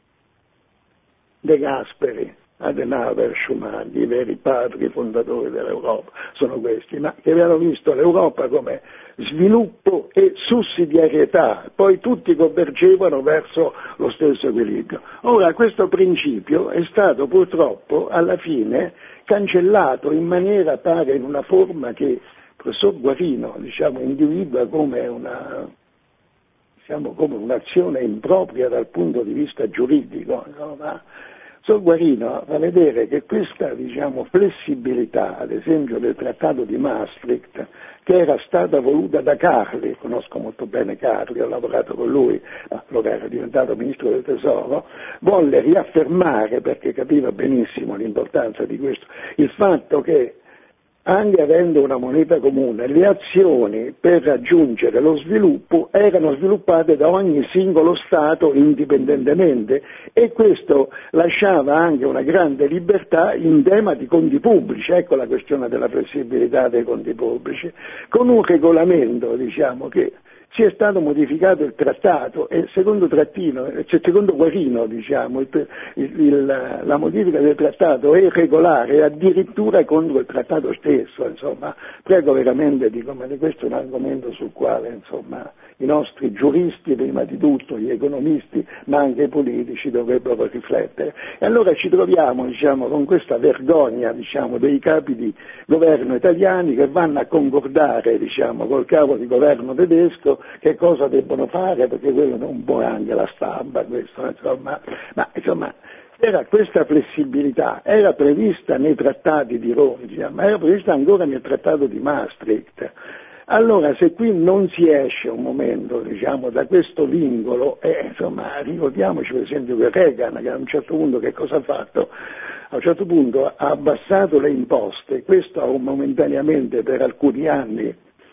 De Gasperi, Adenauer, Schuman, i veri padri fondatori dell'Europa, sono questi, ma che avevano visto l'Europa come sviluppo e sussidiarietà, poi tutti convergevano verso lo stesso equilibrio. Ora questo principio è stato purtroppo alla fine cancellato in maniera pare in una forma che il professor Guarino diciamo, individua come una diciamo, come un'azione impropria dal punto di vista giuridico, no? Ma Professor Guarino fa vedere che questa diciamo, flessibilità, ad esempio del Trattato di Maastricht, che era stata voluta da Carli, conosco molto bene Carli, ho lavorato con lui, allora era diventato Ministro del Tesoro, volle riaffermare, perché capiva benissimo l'importanza di questo, il fatto che anche avendo una moneta comune, le azioni per raggiungere lo sviluppo erano sviluppate da ogni singolo Stato indipendentemente e questo lasciava anche una grande libertà in tema di conti pubblici, ecco la questione della flessibilità dei conti pubblici, con un regolamento diciamo che si è stato modificato il trattato e secondo Trattino, cioè secondo Guarino diciamo, il, il, il, la modifica del trattato è regolare addirittura contro il trattato stesso, insomma, prego veramente di come questo è un argomento sul quale insomma, i nostri giuristi prima di tutto, gli economisti, ma anche i politici dovrebbero riflettere. E allora ci troviamo diciamo, con questa vergogna diciamo, dei capi di governo italiani che vanno a concordare diciamo, col capo di governo tedesco che cosa debbono fare, perché quello non può anche la stampa, questo, insomma, ma insomma era questa flessibilità, era prevista nei trattati di Roma, ma era prevista ancora nel trattato di Maastricht. Allora se qui non si esce un momento diciamo, da questo vincolo, eh, insomma ricordiamoci per esempio che Reagan che a un certo punto che cosa ha fatto? A un certo punto ha abbassato le imposte, questo ha momentaneamente per alcuni anni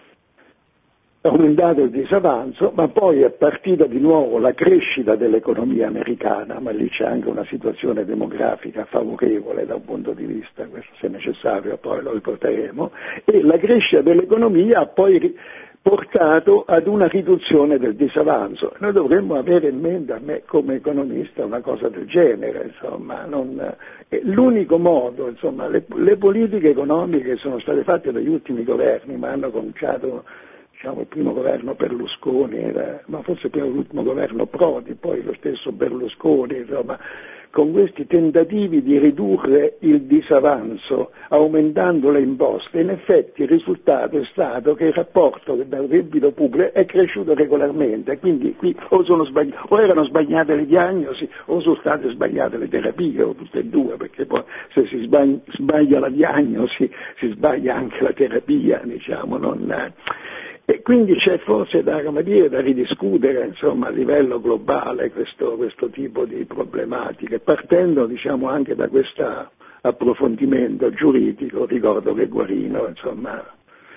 aumentato il disavanzo, ma poi è partita di nuovo la crescita dell'economia americana, ma lì c'è anche una situazione demografica favorevole da un punto di vista, questo se necessario poi lo riporteremo, e la crescita dell'economia ha poi portato ad una riduzione del disavanzo. Noi dovremmo avere in mente, a me come economista, una cosa del genere, insomma, non, eh, l'unico modo, insomma, le, le politiche economiche sono state fatte dagli ultimi governi, ma hanno cominciato diciamo il primo governo Berlusconi, era, ma forse prima l'ultimo governo Prodi, poi lo stesso Berlusconi, insomma, con questi tentativi di ridurre il disavanzo aumentando le imposte, in effetti il risultato è stato che il rapporto dal debito pubblico è cresciuto regolarmente, quindi qui o, sono sbagli- o erano sbagliate le diagnosi o sono state sbagliate le terapie, o tutte e due, perché poi se si sbaglia, sbaglia la diagnosi si sbaglia anche la terapia, diciamo, non... E quindi c'è forse da, come dire, da ridiscutere insomma, a livello globale questo, questo tipo di problematiche, partendo diciamo, anche da questo approfondimento giuridico. Ricordo che Guarino, insomma,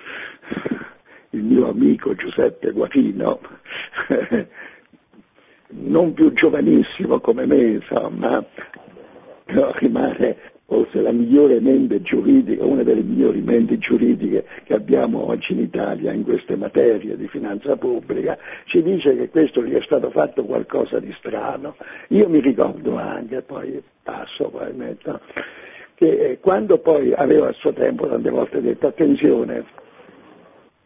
il mio amico Giuseppe Guarino, non più giovanissimo come me, insomma, però rimane forse la migliore mente giuridica, una delle migliori menti giuridiche che abbiamo oggi in Italia in queste materie di finanza pubblica, ci dice che questo gli è stato fatto qualcosa di strano. Io mi ricordo anche, poi passo probabilmente, no? che quando poi avevo a suo tempo tante volte detto attenzione,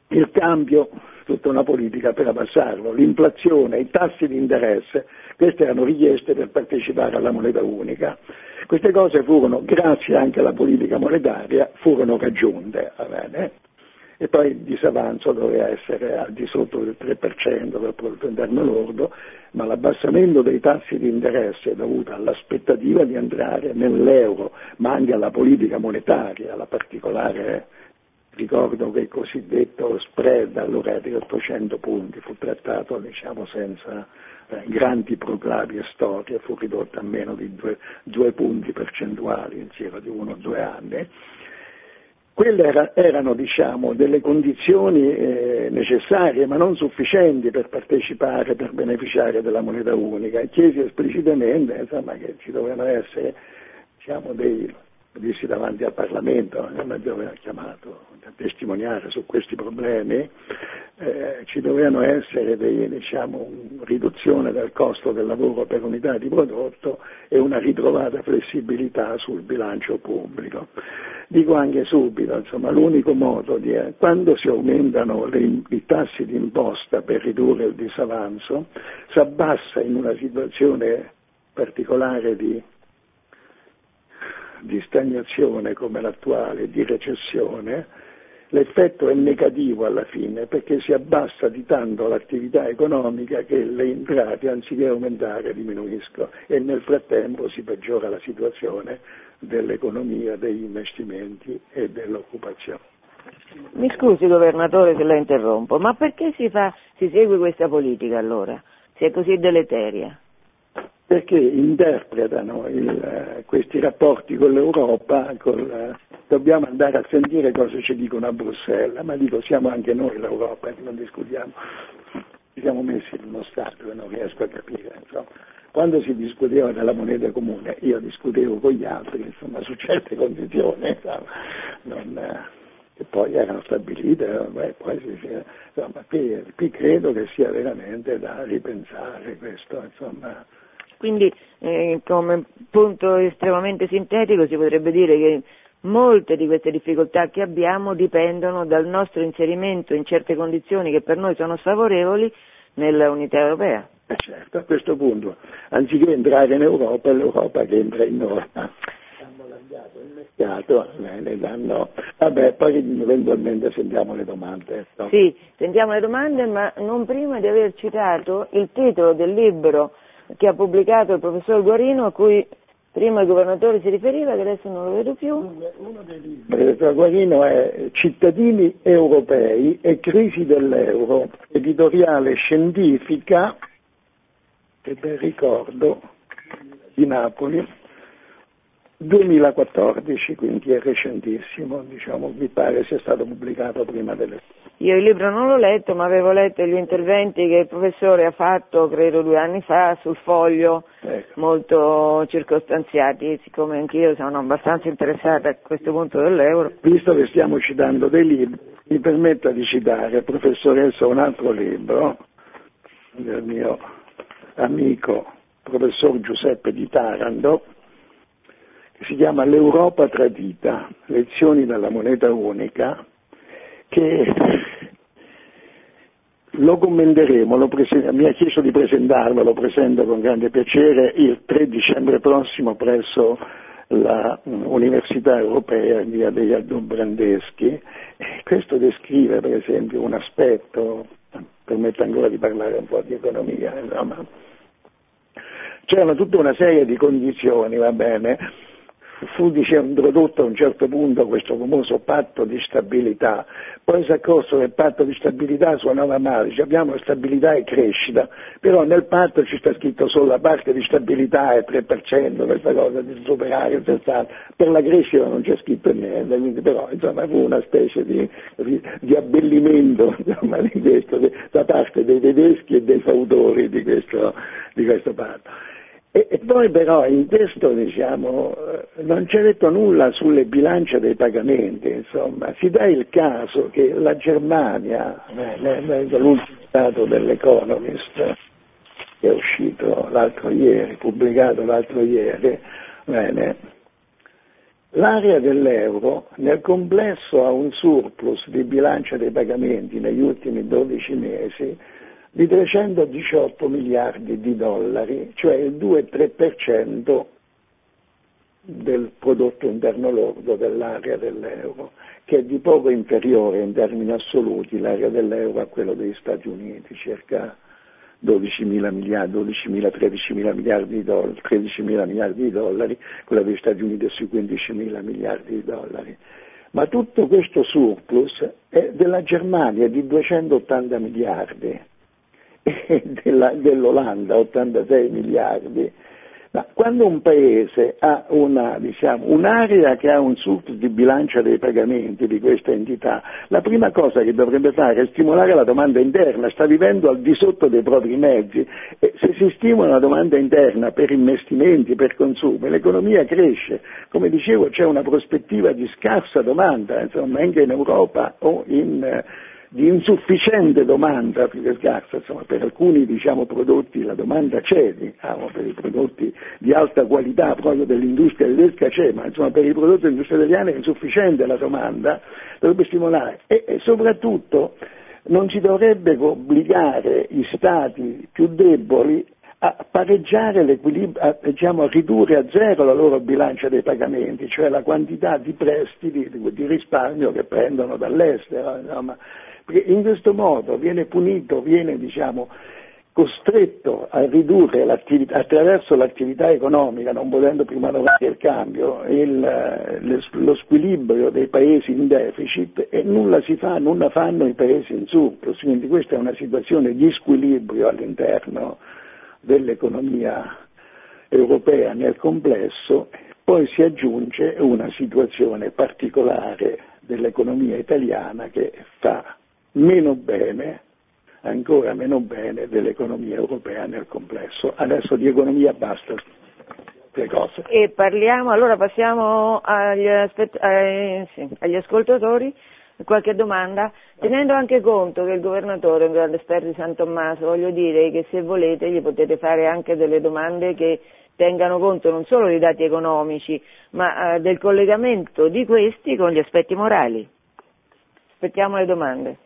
il cambio, tutta una politica per abbassarlo, l'inflazione, i tassi di interesse, queste erano richieste per partecipare alla moneta unica. Queste cose furono, grazie anche alla politica monetaria, furono raggiunte, va bene? E poi il disavanzo doveva essere al di sotto del tre per cento del prodotto interno lordo, ma l'abbassamento dei tassi di interesse è dovuto all'aspettativa di entrare nell'euro, ma anche alla politica monetaria, alla particolare. Ricordo che il cosiddetto spread allora era di ottocento punti, fu trattato diciamo senza eh, grandi proclami e storie, fu ridotto a meno di due, due punti percentuali in giro di uno o due anni. Quelle era, erano diciamo delle condizioni eh, necessarie ma non sufficienti per partecipare, per beneficiare della moneta unica, e chiesi esplicitamente insomma, che ci dovevano essere diciamo, dei dissi davanti al Parlamento, che mi aveva chiamato a testimoniare su questi problemi, eh, ci dovevano essere dei, diciamo, una riduzione del costo del lavoro per unità di prodotto e una ritrovata flessibilità sul bilancio pubblico. Dico anche subito, insomma, l'unico modo di, eh, quando si aumentano le, i tassi di imposta per ridurre il disavanzo, si abbassa in una situazione particolare di di stagnazione come l'attuale, di recessione, l'effetto è negativo alla fine perché si abbassa di tanto l'attività economica che le entrate anziché aumentare diminuiscono e nel frattempo si peggiora la situazione dell'economia, degli investimenti e dell'occupazione. Mi scusi governatore se la interrompo, ma perché si fa, si segue questa politica allora, se è così deleteria? Perché interpretano il, questi rapporti con l'Europa, col, dobbiamo andare a sentire cosa ci dicono a Bruxelles, ma dico siamo anche noi l'Europa, non discutiamo, ci siamo messi in uno stato che non riesco a capire. Insomma. Quando si discuteva della moneta comune io discutevo con gli altri, insomma, su certe condizioni, insomma, non, che poi erano stabilite, beh, poi si, insomma, qui, qui credo che sia veramente da ripensare questo, insomma. Quindi eh, come punto estremamente sintetico si potrebbe dire che molte di queste difficoltà che abbiamo dipendono dal nostro inserimento in certe condizioni che per noi sono sfavorevoli nella unità europea. Eh certo, a questo punto, anziché entrare in Europa, è l'Europa che entra in noi. Hanno allargato il mercato, eh, ne danno. Vabbè, poi eventualmente sentiamo le domande. No? Sì, sentiamo le domande, ma non prima di aver citato il titolo del libro che ha pubblicato il professor Guarino, a cui prima il governatore si riferiva, che adesso non lo vedo più. Uno dei libri del professor Guarino è Cittadini europei e crisi dell'euro, editoriale scientifica, che ben ricordo, di Napoli, duemilaquattordici, quindi è recentissimo, diciamo, mi pare sia stato pubblicato prima delle... Io il libro non l'ho letto, ma avevo letto gli interventi che il professore ha fatto, credo due anni fa, sul Foglio, ecco. Molto circostanziati, siccome anch'io sono abbastanza interessata a questo punto dell'euro. Visto che stiamo citando dei libri, mi permetta di citare, professoressa, un altro libro del mio amico, professor Giuseppe di Taranto, che si chiama L'Europa tradita, lezioni dalla moneta unica, che lo commenteremo, lo prese- mi ha chiesto di presentarlo, lo presento con grande piacere il tre dicembre prossimo presso la um, Università Europea in via degli Aldobrandeschi. E questo descrive per esempio un aspetto, permette ancora di parlare un po' di economia, insomma. C'erano tutta una serie di condizioni, va bene. Fu diciamo, introdotto a un certo punto questo famoso patto di stabilità, poi si è accorso che il patto di stabilità suonava male, cioè abbiamo stabilità e crescita, però nel patto ci sta scritto solo la parte di stabilità è tre per cento, questa cosa di superare il sessanta, per la crescita non c'è scritto niente, quindi però insomma fu una specie di, di, di abbellimento insomma, di questo, da parte dei tedeschi e dei fautori di questo, di questo patto. E poi però in questo diciamo, non c'è detto nulla sulle bilance dei pagamenti, insomma, si dà il caso che la Germania, l'ultimo dato dell'Economist, che è uscito l'altro ieri, pubblicato l'altro ieri, bene, L'area dell'euro nel complesso ha un surplus di bilancia dei pagamenti negli ultimi dodici mesi di trecentodiciotto miliardi di dollari, cioè il due virgola tre per cento del prodotto interno lordo dell'area dell'euro, che è di poco inferiore in termini assoluti l'area dell'euro a quello degli Stati Uniti, circa dodicimila miliardi, dodicimila, tredicimila miliardi di dollari, tredicimila miliardi di dollari, quella degli Stati Uniti è sui quindicimila miliardi di dollari. Ma tutto questo surplus è della Germania di duecentottanta miliardi e della, dell'Olanda ottantasei miliardi. Ma quando un paese ha una, diciamo, un'area che ha un surplus di bilancia dei pagamenti di questa entità, la prima cosa che dovrebbe fare è stimolare la domanda interna, sta vivendo al di sotto dei propri mezzi e se si stimola la domanda interna per investimenti, per consumi, l'economia cresce. Come dicevo c'è una prospettiva di scarsa domanda, insomma, anche in Europa o in di insufficiente domanda più che scarsa, insomma per alcuni diciamo prodotti la domanda c'è, diciamo, per i prodotti di alta qualità proprio dell'industria tedesca c'è, ma insomma per i prodotti dell'industria italiana è insufficiente la domanda, dovrebbe stimolare e, e soprattutto non si dovrebbe obbligare gli stati più deboli a pareggiare l'equilibrio, a, diciamo, a ridurre a zero la loro bilancia dei pagamenti, cioè la quantità di prestiti, di, di risparmio che prendono dall'estero, insomma. Perché in questo modo viene punito, viene diciamo, costretto a ridurre l'attività, attraverso l'attività economica, non potendo più manovrare il cambio, il, lo squilibrio dei paesi in deficit e nulla si fa, nulla fanno i paesi in surplus, quindi questa è una situazione di squilibrio all'interno dell'economia europea nel complesso. Poi si aggiunge una situazione particolare dell'economia italiana che fa meno bene, ancora meno bene dell'economia europea nel complesso. Adesso di economia basta le cose. E parliamo, allora passiamo agli, aspett- eh, sì, agli ascoltatori, qualche domanda, tenendo anche conto che il governatore è un grande esperto di San Tommaso, voglio dire che se volete gli potete fare anche delle domande che tengano conto non solo dei dati economici, ma eh, del collegamento di questi con gli aspetti morali. Aspettiamo le domande.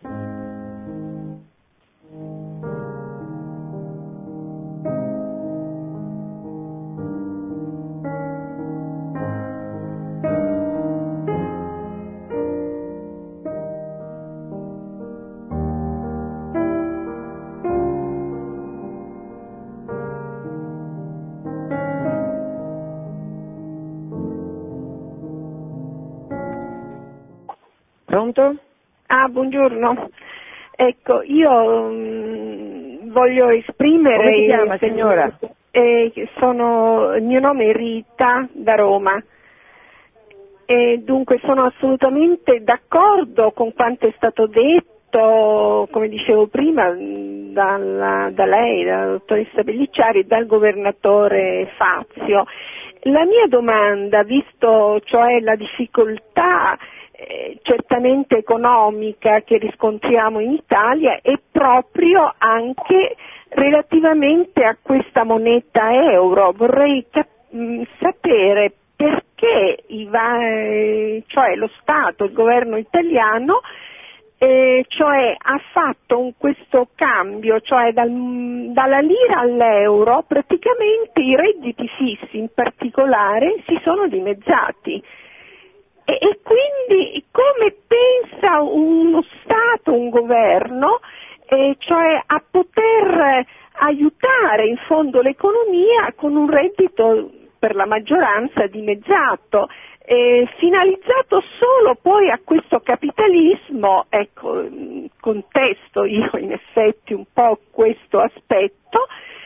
Pronto? Ah, buongiorno. Ecco, io mh, voglio esprimere... Come si chiama, signora? Eh, sono, il mio nome è Rita, da Roma. E dunque sono assolutamente d'accordo con quanto è stato detto, come dicevo prima, dalla, da lei, dalla dottoressa Pellicciari e dal governatore Fazio. La mia domanda, visto cioè la difficoltà Eh, certamente economica che riscontriamo in Italia è proprio anche relativamente a questa moneta euro. Vorrei cap- mh, sapere perché i va- cioè lo Stato, il governo italiano eh, cioè ha fatto un, questo cambio, cioè dal, dalla lira all'euro praticamente i redditi fissi in particolare si sono dimezzati. E, e quindi come pensa uno Stato, un governo, eh, cioè a poter aiutare in fondo l'economia con un reddito per la maggioranza dimezzato, eh, finalizzato solo poi a questo capitalismo, ecco, contesto io in effetti un po' questo aspetto,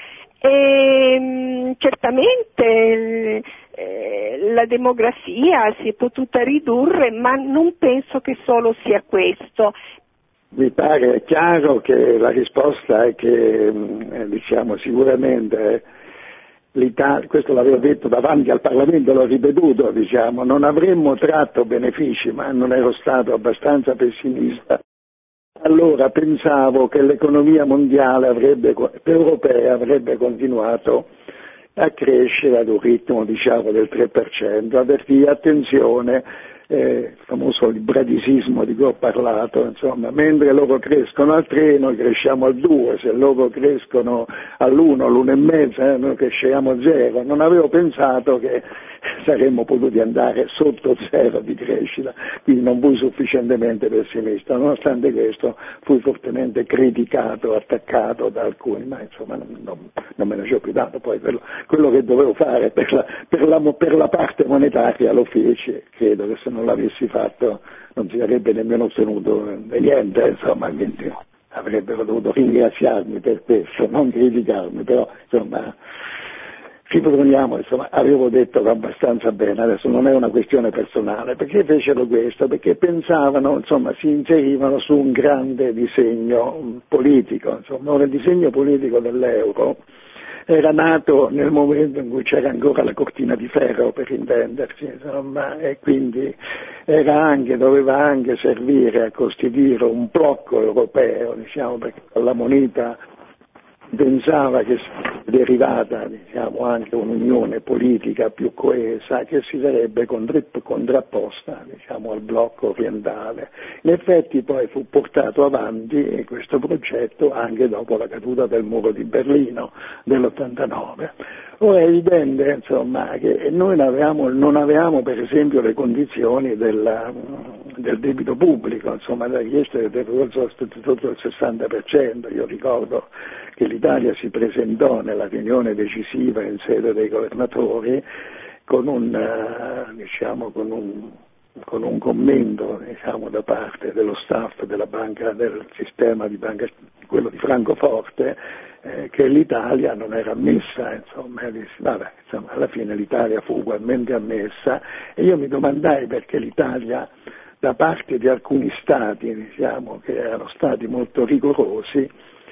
e certamente eh, la demografia si è potuta ridurre, ma non penso che solo sia questo. Mi pare chiaro che la risposta è che eh, diciamo sicuramente l'Italia, questo l'avevo detto davanti al Parlamento, l'ho ripetuto, diciamo, non avremmo tratto benefici, ma non ero stato abbastanza pessimista. Allora pensavo che l'economia mondiale avrebbe, europea avrebbe continuato a crescere ad un ritmo diciamo del tre per cento, avvertire attenzione, eh, il famoso bradisismo di cui ho parlato, insomma, mentre loro crescono al tre noi cresciamo al due, se loro crescono all'uno, all'uno e mezzo, eh, noi cresciamo a zero. Non avevo pensato che saremmo potuti andare sotto zero di crescita, quindi non fui sufficientemente pessimista. Nonostante questo fui fortemente criticato, attaccato da alcuni, ma insomma non, non, non me ne ci ho più dato. Poi quello, quello che dovevo fare per la, per, la, per la parte monetaria lo feci, credo che se non l'avessi fatto non si sarebbe nemmeno ottenuto niente, insomma, quindi avrebbero dovuto ringraziarmi per questo, non criticarmi, però insomma riproponiamo, insomma, avevo detto abbastanza bene, adesso non è una questione personale, perché fecero questo? Perché pensavano, insomma, si inserivano su un grande disegno politico, insomma, ora il disegno politico dell'euro era nato nel momento in cui c'era ancora la cortina di ferro, per intendersi, insomma, e quindi era anche, doveva anche servire a costituire un blocco europeo, diciamo, perché la moneta pensava che sarebbe derivata, diciamo, anche un'unione politica più coesa che si sarebbe contrapposta, diciamo, al blocco orientale. In effetti poi fu portato avanti questo progetto anche dopo la caduta del muro di Berlino dell'ottantanove. Ora è evidente, insomma, che noi non avevamo, non avevamo per esempio le condizioni della, del debito pubblico, insomma, la richiesta del debito sotto il sessanta per cento. Io ricordo che l'Italia si presentò nella riunione decisiva in sede dei governatori con un, diciamo, con un, con un commento, diciamo, da parte dello staff della banca, del sistema di banca, quello di Francoforte, eh, che l'Italia non era ammessa, insomma, e disse, vabbè, insomma, alla fine l'Italia fu ugualmente ammessa e io mi domandai perché l'Italia, da parte di alcuni stati, diciamo, che erano stati molto rigorosi,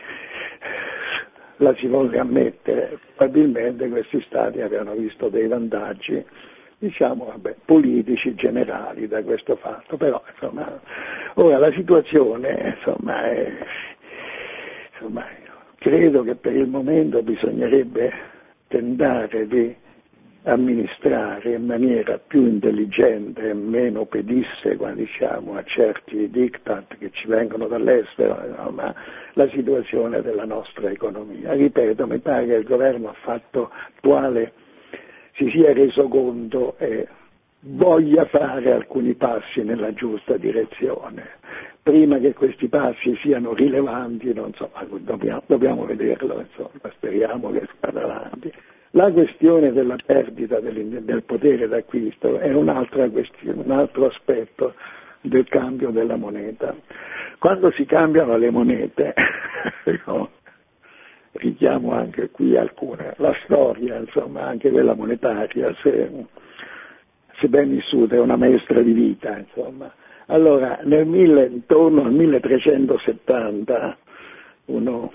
la si volle ammettere. Probabilmente questi stati avevano visto dei vantaggi, diciamo, vabbè, politici generali da questo fatto, però insomma, ora la situazione, insomma, è, insomma, credo che per il momento bisognerebbe tentare di amministrare in maniera più intelligente e meno pedissequa, diciamo, a certi diktat che ci vengono dall'estero, insomma, la situazione della nostra economia. Ripeto, mi pare che il governo ha fatto attuale si sia reso conto e voglia fare alcuni passi nella giusta direzione. Prima che questi passi siano rilevanti, non so, dobbiamo, dobbiamo vederlo, insomma, speriamo che vada avanti. La questione della perdita del, del potere d'acquisto è un'altra questione, un altro aspetto del cambio della moneta. Quando si cambiano le monete, no, richiamo anche qui alcune, la storia, insomma, anche quella monetaria, se, se ben vissuta, è una maestra di vita, insomma. Allora, nel mille, intorno al milletrecentosettanta, uno...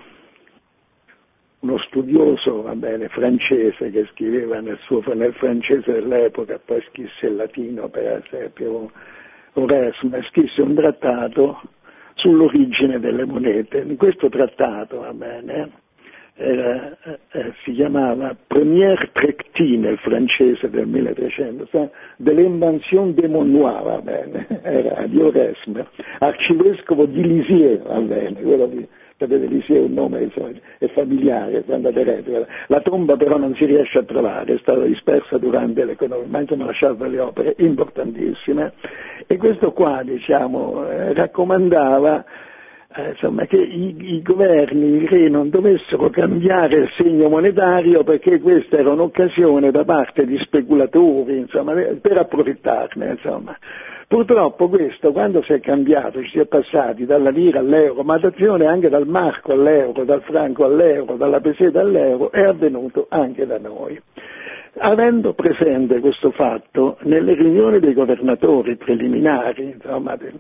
uno studioso, va bene, francese che scriveva nel suo nel francese dell'epoca, poi scrisse il latino, per esempio Oresme, scrisse un trattato sull'origine delle monete. In questo trattato, va bene, era, eh, si chiamava Première Tractine, il francese del milletrecento, de l'invention des monnois, va bene, era di Oresme, arcivescovo di Lisieux, va bene, quello di sapete, Lisieux è un nome, insomma, è familiare, la tomba però non si riesce a trovare, è stata dispersa durante l'economia, ma insomma lasciata delle opere importantissime, e questo qua, diciamo, eh, raccomandava eh, insomma, che i, i governi, i re non dovessero cambiare il segno monetario perché questa era un'occasione da parte di speculatori, insomma, per approfittarne, insomma. Purtroppo questo, quando si è cambiato, ci si è passati dalla lira all'euro, ma attenzione anche dal marco all'euro, dal franco all'euro, dalla peseta all'euro, è avvenuto anche da noi. Avendo presente questo fatto, nelle riunioni dei governatori preliminari, insomma, del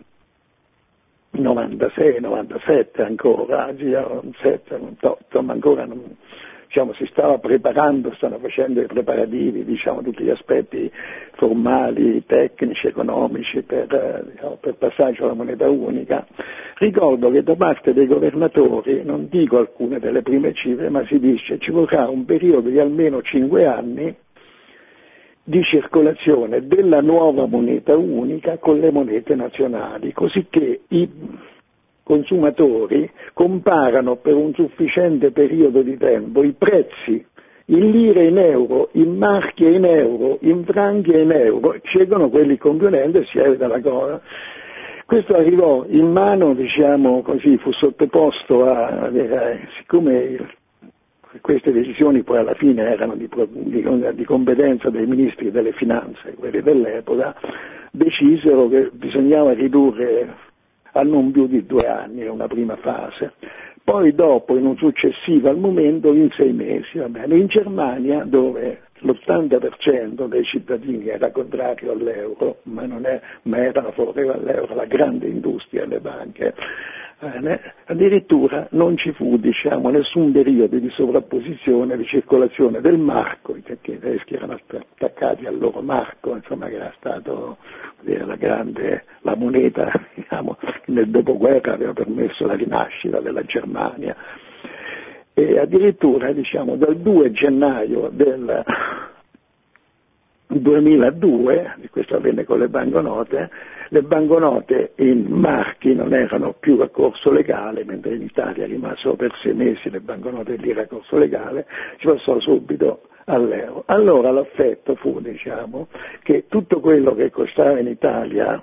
novantasei novantasette ancora, insomma ancora non, diciamo, si stava preparando, stanno facendo i preparativi, diciamo, tutti gli aspetti formali, tecnici, economici per, diciamo, per passaggio alla moneta unica. Ricordo che da parte dei governatori, non dico alcune delle prime cifre, ma si dice ci vorrà un periodo di almeno cinque anni di circolazione della nuova moneta unica con le monete nazionali, così che i consumatori comparano per un sufficiente periodo di tempo i prezzi in lire e in euro, in marchi e in euro, in franchi e in euro, scelgono quelli convenienti e si evita la cosa. Questo arrivò in mano, diciamo così, fu sottoposto a, a siccome il, queste decisioni poi alla fine erano di, di, di competenza dei ministri delle finanze, quelli dell'epoca, decisero che bisognava ridurre a non più di due anni in una prima fase, poi dopo in un successivo al momento in sei mesi. Va bene. In Germania, dove l'ottanta per cento dei cittadini era contrario all'euro, ma, non è, ma erano favorevoli all'euro, la grande industria e le banche, bene, addirittura non ci fu, diciamo, nessun periodo di sovrapposizione, di circolazione del marco, perché i tedeschi erano attaccati al loro marco, insomma, che era stato la grande, la moneta, diciamo, che nel dopoguerra aveva permesso la rinascita della Germania. E addirittura, diciamo, dal due gennaio del duemiladue, di questo avvenne con le banconote, le banconote in marchi non erano più a corso legale, mentre in Italia rimasero per sei mesi le banconote lire a corso legale, si passò subito all'euro. Allora l'affetto fu, diciamo, che tutto quello che costava in Italia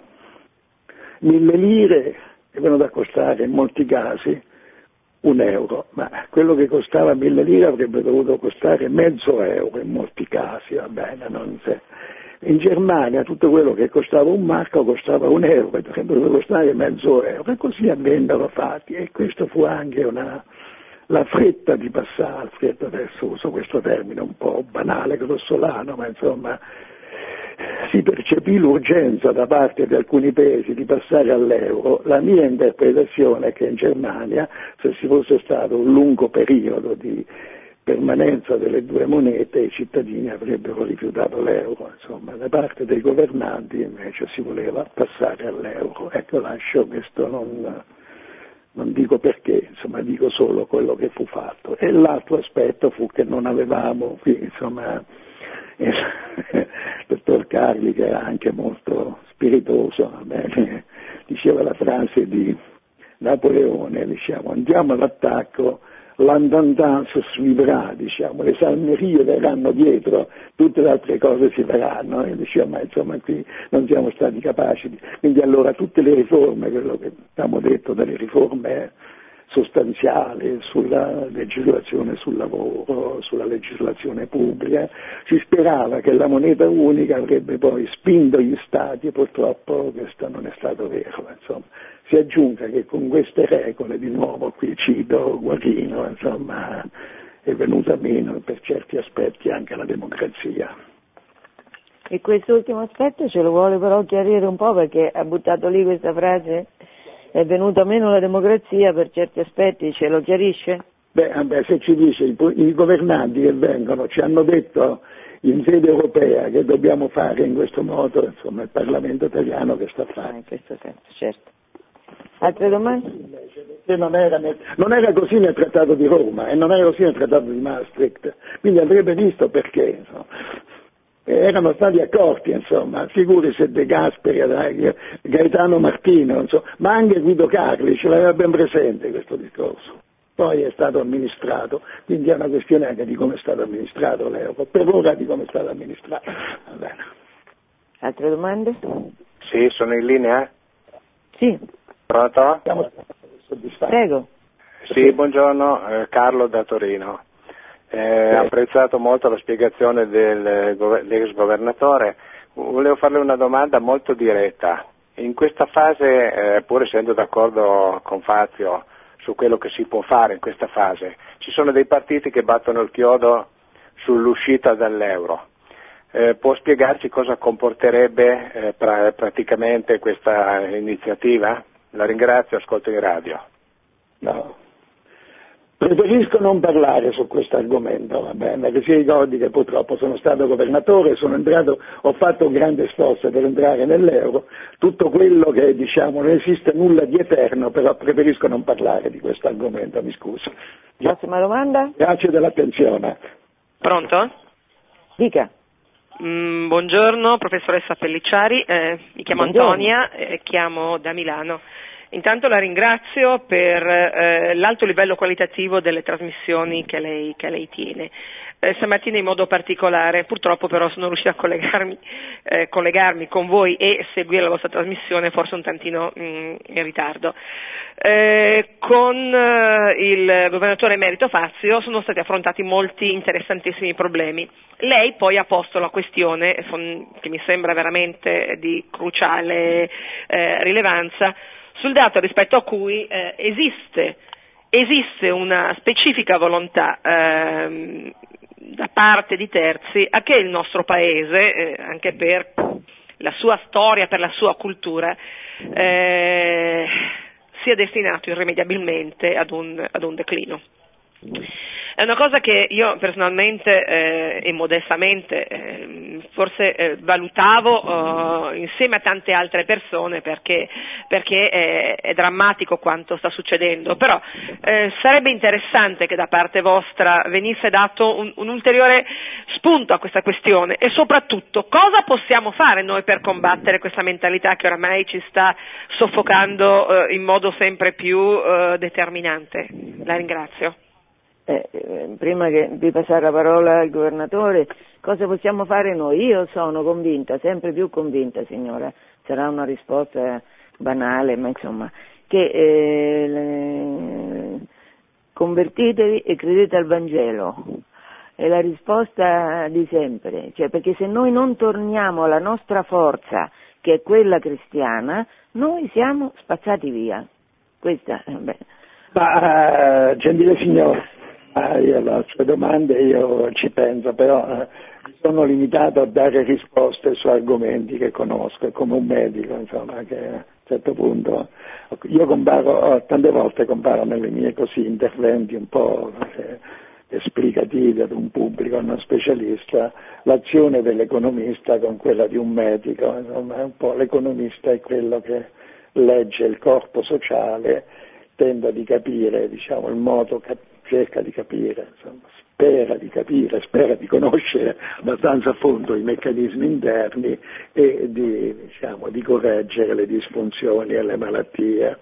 mille lire è venuto a costare in molti casi un euro, ma quello che costava mille lire avrebbe dovuto costare mezzo euro in molti casi, va bene, non se. In Germania tutto quello che costava un marco costava un euro e dovrebbe dovuto costare mezzo euro, e così vennero fatti, e questo fu anche una, la fretta di passare, fretta adesso uso questo termine un po' banale, grossolano, ma insomma si percepì l'urgenza da parte di alcuni paesi di passare all'euro. La mia interpretazione è che in Germania, se ci fosse stato un lungo periodo di permanenza delle due monete, i cittadini avrebbero rifiutato l'euro, insomma, da parte dei governanti invece si voleva passare all'euro. Ecco, lascio questo, non, non dico perché, insomma, dico solo quello che fu fatto. E l'altro aspetto fu che non avevamo qui, insomma, il dottor Carli, che era anche molto spiritoso, bene, diceva la frase di Napoleone, diciamo, andiamo all'attacco, l'andantance suivrà, diciamo, le salmerie verranno dietro, tutte le altre cose si faranno, e diciamo, ma insomma qui non siamo stati capaci di, quindi allora tutte le riforme, quello che abbiamo detto delle riforme sostanziali sulla legislazione sul lavoro, sulla legislazione pubblica, si sperava che la moneta unica avrebbe poi spinto gli stati, e purtroppo questo non è stato vero, insomma. Si aggiunga che con queste regole, di nuovo qui cito Guarino, insomma, è venuta meno per certi aspetti anche la democrazia. E quest'ultimo aspetto ce lo vuole però chiarire un po', perché ha buttato lì questa frase, è venuta meno la democrazia per certi aspetti, ce lo chiarisce? Beh, vabbè, se ci dice i, i governanti che vengono ci hanno detto in sede europea che dobbiamo fare in questo modo, insomma, il Parlamento italiano che sta facendo. Ah, in questo senso, certo. Altre domande? Non era, nel, non era così nel Trattato di Roma e non era così nel Trattato di Maastricht, quindi andrebbe visto perché, insomma. Erano stati accorti, insomma, figuri se De Gasperi, Gaetano Martino, insomma, ma anche Guido Carli ce l'aveva ben presente questo discorso. Poi è stato amministrato, quindi è una questione anche di come è stato amministrato l'euro, per ora di come è stato amministrato. Va bene. Altre domande? Sì, sono in linea? Sì. Pronto? Siamo soddisfatti. Prego. Sì, buongiorno, eh, Carlo da Torino. Eh, ho apprezzato molto la spiegazione del, dell'ex governatore. Volevo farle una domanda molto diretta. In questa fase, eh, pur essendo d'accordo con Fazio su quello che si può fare in questa fase, ci sono dei partiti che battono il chiodo sull'uscita dall'euro. Eh, può spiegarci cosa comporterebbe eh, pra- praticamente questa iniziativa? La ringrazio, ascolto in radio. No. Preferisco non parlare su questo argomento, va bene, che si ricordi che purtroppo sono stato governatore, sono entrato, ho fatto un grande sforzo per entrare nell'euro, tutto quello che diciamo non esiste nulla di eterno, però preferisco non parlare di questo argomento, mi scuso. Prossima domanda? Grazie dell'attenzione. Pronto? Dica. Mm, buongiorno, professoressa Pellicciari, eh, mi chiamo Buongiorno. Antonia e chiamo da Milano. Intanto la ringrazio per eh, l'alto livello qualitativo delle trasmissioni che lei, che lei tiene. Eh, stamattina in modo particolare, purtroppo però sono riuscita a collegarmi, eh, collegarmi con voi e seguire la vostra trasmissione forse un tantino mh, in ritardo. Eh, con eh, il governatore emerito Fazio sono stati affrontati molti interessantissimi problemi. Lei poi ha posto la questione, che mi sembra veramente di cruciale eh, rilevanza, sul dato rispetto a cui eh, esiste, esiste una specifica volontà ehm, da parte di terzi a che il nostro Paese, eh, anche per la sua storia, per la sua cultura, eh, sia destinato irrimediabilmente ad un, ad un declino. È una cosa che io personalmente eh, e modestamente eh, forse eh, valutavo eh, insieme a tante altre persone perché, perché è, è drammatico quanto sta succedendo, però eh, sarebbe interessante che da parte vostra venisse dato un, un ulteriore spunto a questa questione e soprattutto cosa possiamo fare noi per combattere questa mentalità che oramai ci sta soffocando eh, in modo sempre più eh, determinante. La ringrazio. Eh, eh, prima che di passare la parola al governatore, cosa possiamo fare noi? Io sono convinta, sempre più convinta, signora, sarà una risposta banale, ma insomma, che eh, le... convertitevi e credete al Vangelo. È la risposta di sempre, cioè, perché se noi non torniamo alla nostra forza, che è quella cristiana, noi siamo spazzati via. Questa, eh, beh. Ma, uh, gentile signore, Ah, io alle sue domande io ci penso, però eh, sono limitato a dare risposte su argomenti che conosco, come un medico, insomma, che a un certo punto io comparo, tante volte comparo nelle mie così interventi un po' eh, esplicativi ad un pubblico non specialista, l'azione dell'economista con quella di un medico, insomma, un po' l'economista è quello che legge il corpo sociale, tenta di capire, diciamo, il modo che cerca di capire, insomma, spera di capire, spera di conoscere abbastanza a fondo i meccanismi interni e di, diciamo, di correggere le disfunzioni e le malattie.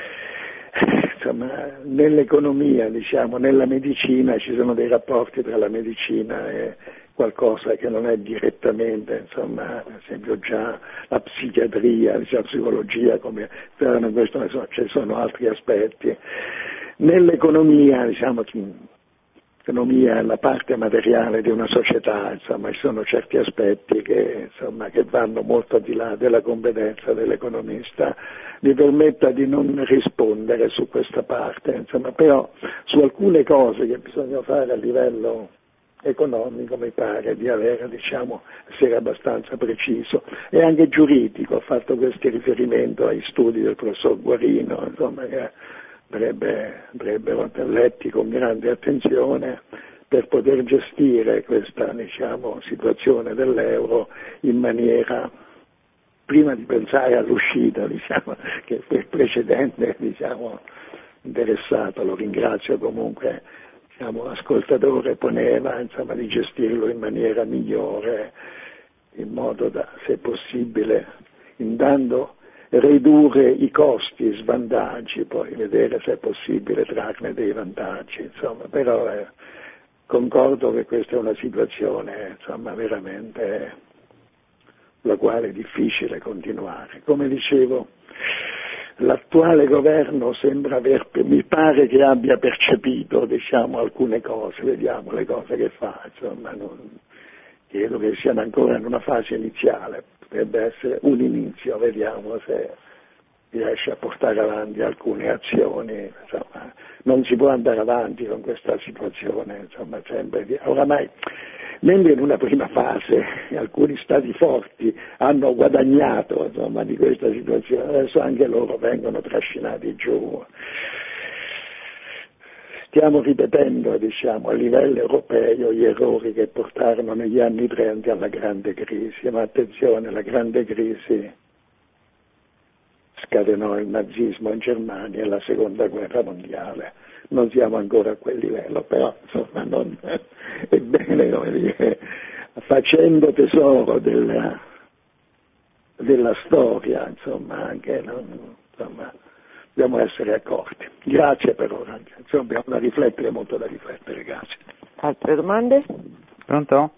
Insomma, nell'economia, diciamo, nella medicina ci sono dei rapporti tra la medicina e qualcosa che non è direttamente, insomma, ad esempio già la psichiatria, la psicologia, come questo, insomma, ci sono altri aspetti. Nell'economia, diciamo, l'economia è la parte materiale di una società, insomma, ci sono certi aspetti che, insomma, che vanno molto al di là della competenza dell'economista. Mi permetta di non rispondere su questa parte, insomma, però su alcune cose che bisogna fare a livello economico mi pare di avere, diciamo, essere abbastanza preciso e anche giuridico. Ho fatto questi riferimento ai studi del professor Guarino, insomma, che Andrebbe, andrebbero letti con grande attenzione per poter gestire questa, diciamo, situazione dell'euro in maniera, prima di pensare all'uscita, diciamo, che il precedente, diciamo, interessato, lo ringrazio comunque, diciamo, ascoltatore, poneva, insomma, di gestirlo in maniera migliore, in modo da, se possibile, intanto ridurre i costi, i svantaggi, poi vedere se è possibile trarne dei vantaggi, insomma, però eh, concordo che questa è una situazione, insomma, veramente la quale è difficile continuare. Come dicevo, l'attuale governo sembra aver, mi pare che abbia percepito, diciamo, alcune cose, vediamo le cose che fa, insomma, non, credo che siano ancora in una fase iniziale. Potrebbe essere un inizio, vediamo se riesce a portare avanti alcune azioni, insomma, non si può andare avanti con questa situazione, insomma, sempre di, oramai, mentre in una prima fase alcuni stati forti hanno guadagnato, insomma, di questa situazione, adesso anche loro vengono trascinati giù. stiamo ripetendo, diciamo, a livello europeo gli errori che portarono negli anni trenta alla grande crisi, ma attenzione, la grande crisi scatenò il nazismo in Germania e la seconda guerra mondiale. Non siamo ancora a quel livello, però insomma non, è bene, come dire, facendo tesoro della, della storia, insomma, anche non, insomma, dobbiamo essere accorti. Grazie per ora, insomma, abbiamo da riflettere, molto da riflettere, grazie. Altre domande? Pronto?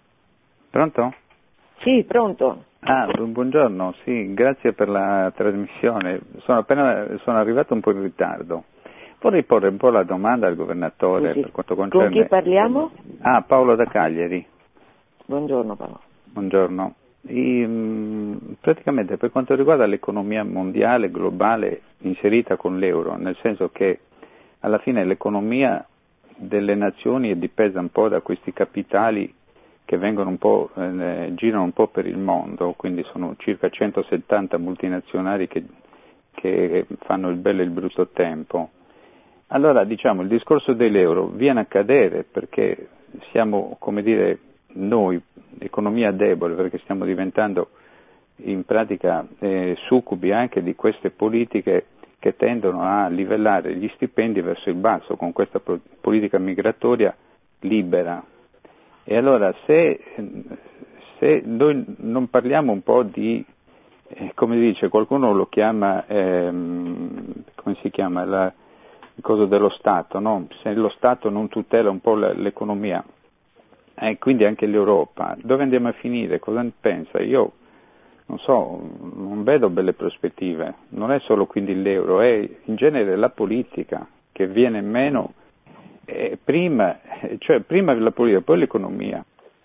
Pronto? Sì, pronto. Ah, buongiorno, sì, grazie per la trasmissione. Sono appena sono arrivato un po' in ritardo. Vorrei porre un po' la domanda al governatore Scusi, per quanto concerne... Con chi parliamo? Ah, Paolo da Cagliari. Buongiorno Paolo. Buongiorno. I, mh, praticamente per quanto riguarda l'economia mondiale, globale, inserita con l'euro, nel senso che alla fine l'economia delle nazioni è dipesa un po' da questi capitali che vengono un po', eh, girano un po' per il mondo, quindi sono circa centosettanta multinazionali che, che fanno il bello e il brutto tempo. Allora, diciamo, il discorso dell'euro viene a cadere perché siamo, come dire, noi, economia debole, perché stiamo diventando in pratica eh, succubi anche di queste politiche che tendono a livellare gli stipendi verso il basso con questa pro- politica migratoria libera. E allora se, se noi non parliamo un po' di, eh, come dice, qualcuno lo chiama, ehm, come si chiama, la, il coso dello Stato, no? Se lo Stato non tutela un po' la, l'economia, e eh, quindi anche l'Europa, dove andiamo a finire? Cosa ne pensa? Io non so, non vedo belle prospettive, non è solo quindi l'euro, è in genere la politica che viene meno. Eh, prima, cioè prima la politica, poi l'economia.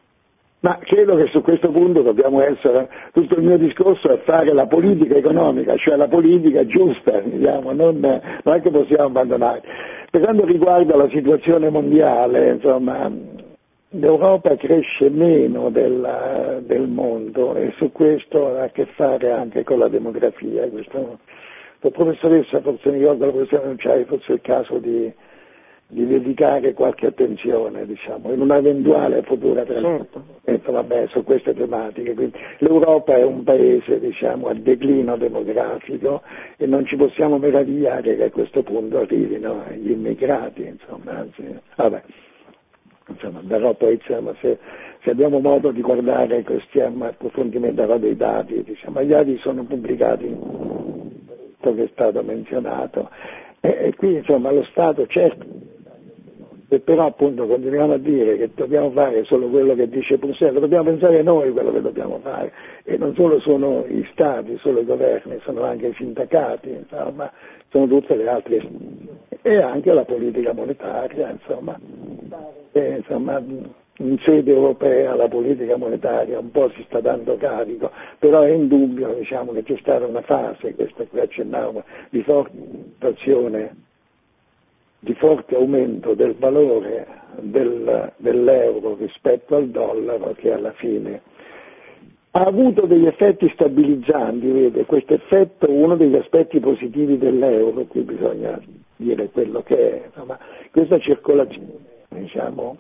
Ma credo che su questo punto dobbiamo essere, tutto il mio discorso è fare la politica economica, cioè la politica giusta, diciamo, non, non è che possiamo abbandonare. Per quanto riguarda la situazione mondiale, insomma, l'Europa cresce meno del, del mondo e su questo ha a che fare anche con la demografia. Questo, la professoressa, forse mi ricordo la professoressa Nucciai, forse è il caso di di dedicare qualche attenzione, diciamo, in un'eventuale futura trasmissione, vabbè, su queste tematiche. Quindi, l'Europa è un paese, diciamo, a declino demografico e non ci possiamo meravigliare che a questo punto arrivino gli immigrati, insomma, anzi, vabbè, insomma, darò poi, insomma, se, se abbiamo modo di guardare questi approfondimenti, darò dei dati, diciamo, gli dati sono pubblicati, che è stato menzionato, e, e qui, insomma, lo Stato, certo, e però appunto continuiamo a dire che dobbiamo fare solo quello che dice Bruxelles, dobbiamo pensare noi quello che dobbiamo fare, e non solo sono gli stati, solo i governi, sono anche i sindacati, insomma, sono tutte le altre, e anche la politica monetaria, insomma, e, insomma, in sede europea la politica monetaria un po' si sta dando carico, però è indubbio, diciamo, che c'è stata una fase, questa qui accennavo, di forte inflazione, di forte aumento del valore del, dell'euro rispetto al dollaro, che alla fine ha avuto degli effetti stabilizzanti, vede, questo effetto, uno degli aspetti positivi dell'euro, qui bisogna dire quello che è, insomma, questa circolazione, diciamo,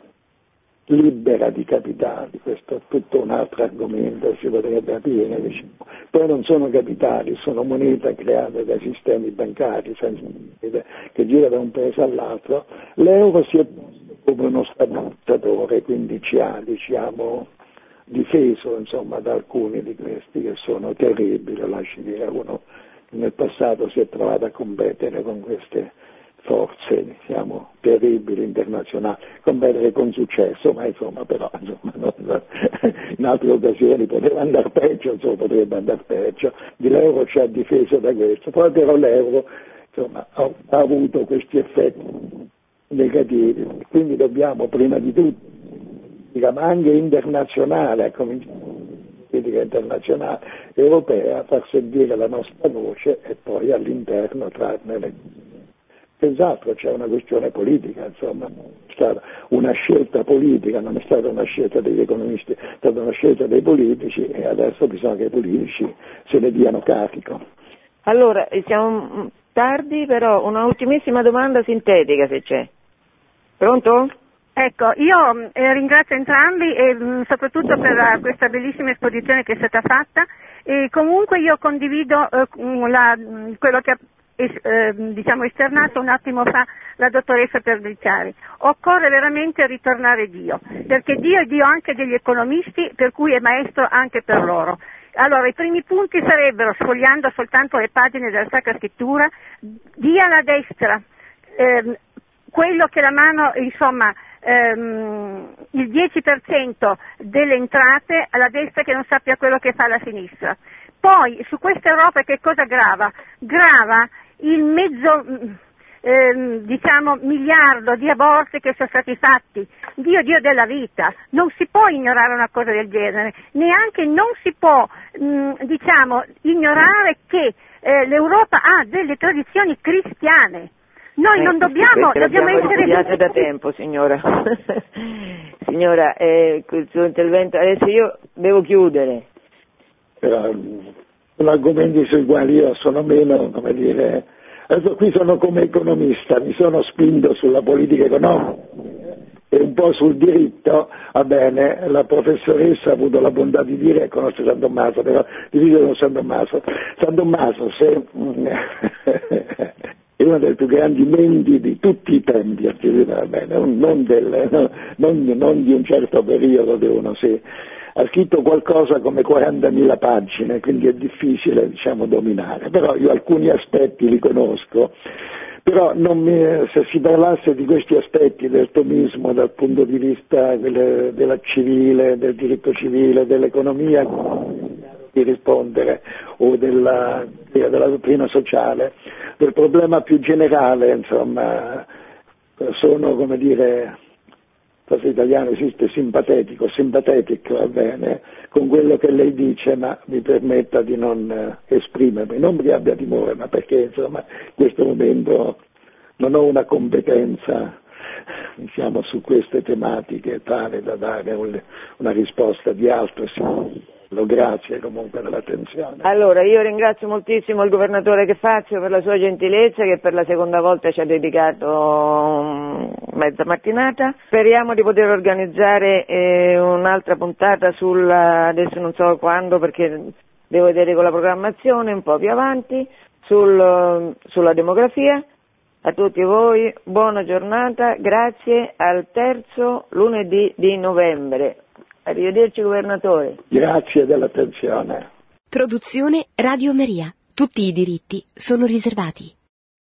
libera di capitali, questo è tutto un altro argomento, si potrebbe aprire, diciamo. Poi non sono capitali, sono monete create dai sistemi bancari che gira da un paese all'altro. L'euro si è come uno stabilizzatore, quindi ci ha, diciamo, difeso, insomma, da alcuni di questi che sono terribili, lasci dire, uno nel passato si è trovato a competere con queste forze, diciamo, terribili internazionali, competere con successo, ma insomma, però, insomma, non, in altre occasioni poteva andare peggio, insomma, potrebbe andare peggio, l'euro ci ha difeso da questo, poi però l'euro, insomma, ha, ha avuto questi effetti negativi, quindi dobbiamo prima di tutto, ma anche internazionale, a cominciare politica internazionale, europea, far sentire la nostra voce e poi all'interno trarne le senz'altro c'è una questione politica, insomma, è stata una scelta politica, non è stata una scelta degli economisti, è stata una scelta dei politici e adesso bisogna che i politici se ne diano carico. Allora, siamo tardi, però una ultimissima domanda sintetica se c'è. Pronto? Ecco, io eh, ringrazio entrambi e mh, soprattutto per la, questa bellissima esposizione che è stata fatta, e comunque io condivido eh, la, quello che ha eh, diciamo esternato un attimo fa la dottoressa Pernicari. Occorre veramente ritornare Dio, perché Dio è Dio anche degli economisti, per cui è maestro anche per loro. Allora, i primi punti sarebbero, sfogliando soltanto le pagine della Sacra Scrittura, dia alla destra ehm, quello che la mano, insomma, ehm, il dieci per cento delle entrate alla destra, che non sappia quello che fa la sinistra. Poi, su questa Europa che cosa grava? Grava il mezzo, ehm, diciamo, miliardo di aborti che sono stati fatti. Dio, Dio della vita, non si può ignorare una cosa del genere, neanche non si può, mh, diciamo, ignorare che eh, l'Europa ha delle tradizioni cristiane. Noi eh, non dobbiamo, dobbiamo essere studiate da tempo, signora. Signora, eh, il suo intervento, adesso io devo chiudere. Però sono argomenti sui quali io sono meno, come dire, adesso qui sono come economista, mi sono spinto sulla politica economica e un po' sul diritto. Va bene, la professoressa ha avuto la bontà di dire che conosce San Tommaso, però di dire con San Tommaso. San Tommaso, se è una delle più grandi menti di tutti i tempi, va bene, non, del, no, non, non di un certo periodo di uno, sì. Ha scritto qualcosa come quarantamila pagine, quindi è difficile, diciamo, dominare, però io alcuni aspetti li conosco. Però non mi, se si parlasse di questi aspetti del tomismo dal punto di vista delle, della civile, del diritto civile, dell'economia, di rispondere, o della, della dottrina sociale, del problema più generale, insomma, sono, come dire, cosa italiano esiste, simpatetico, simpatetico, va bene, con quello che lei dice, ma mi permetta di non eh, esprimermi, non perché abbia timore, ma perché, insomma, in questo momento non ho una competenza, diciamo, su queste tematiche tale da dare un, una risposta di alto sicuro. Grazie comunque dell'attenzione. Allora, io ringrazio moltissimo il governatore Fazio per la sua gentilezza, che per la seconda volta ci ha dedicato mezza mattinata. Speriamo di poter organizzare eh, un'altra puntata sulla, adesso non so quando perché devo vedere con la programmazione, un po' più avanti, sul, sulla demografia. A tutti voi buona giornata, grazie, al terzo lunedì di novembre. Arrivederci governatore. Grazie dell'attenzione. Produzione Radio Maria. Tutti i diritti sono riservati.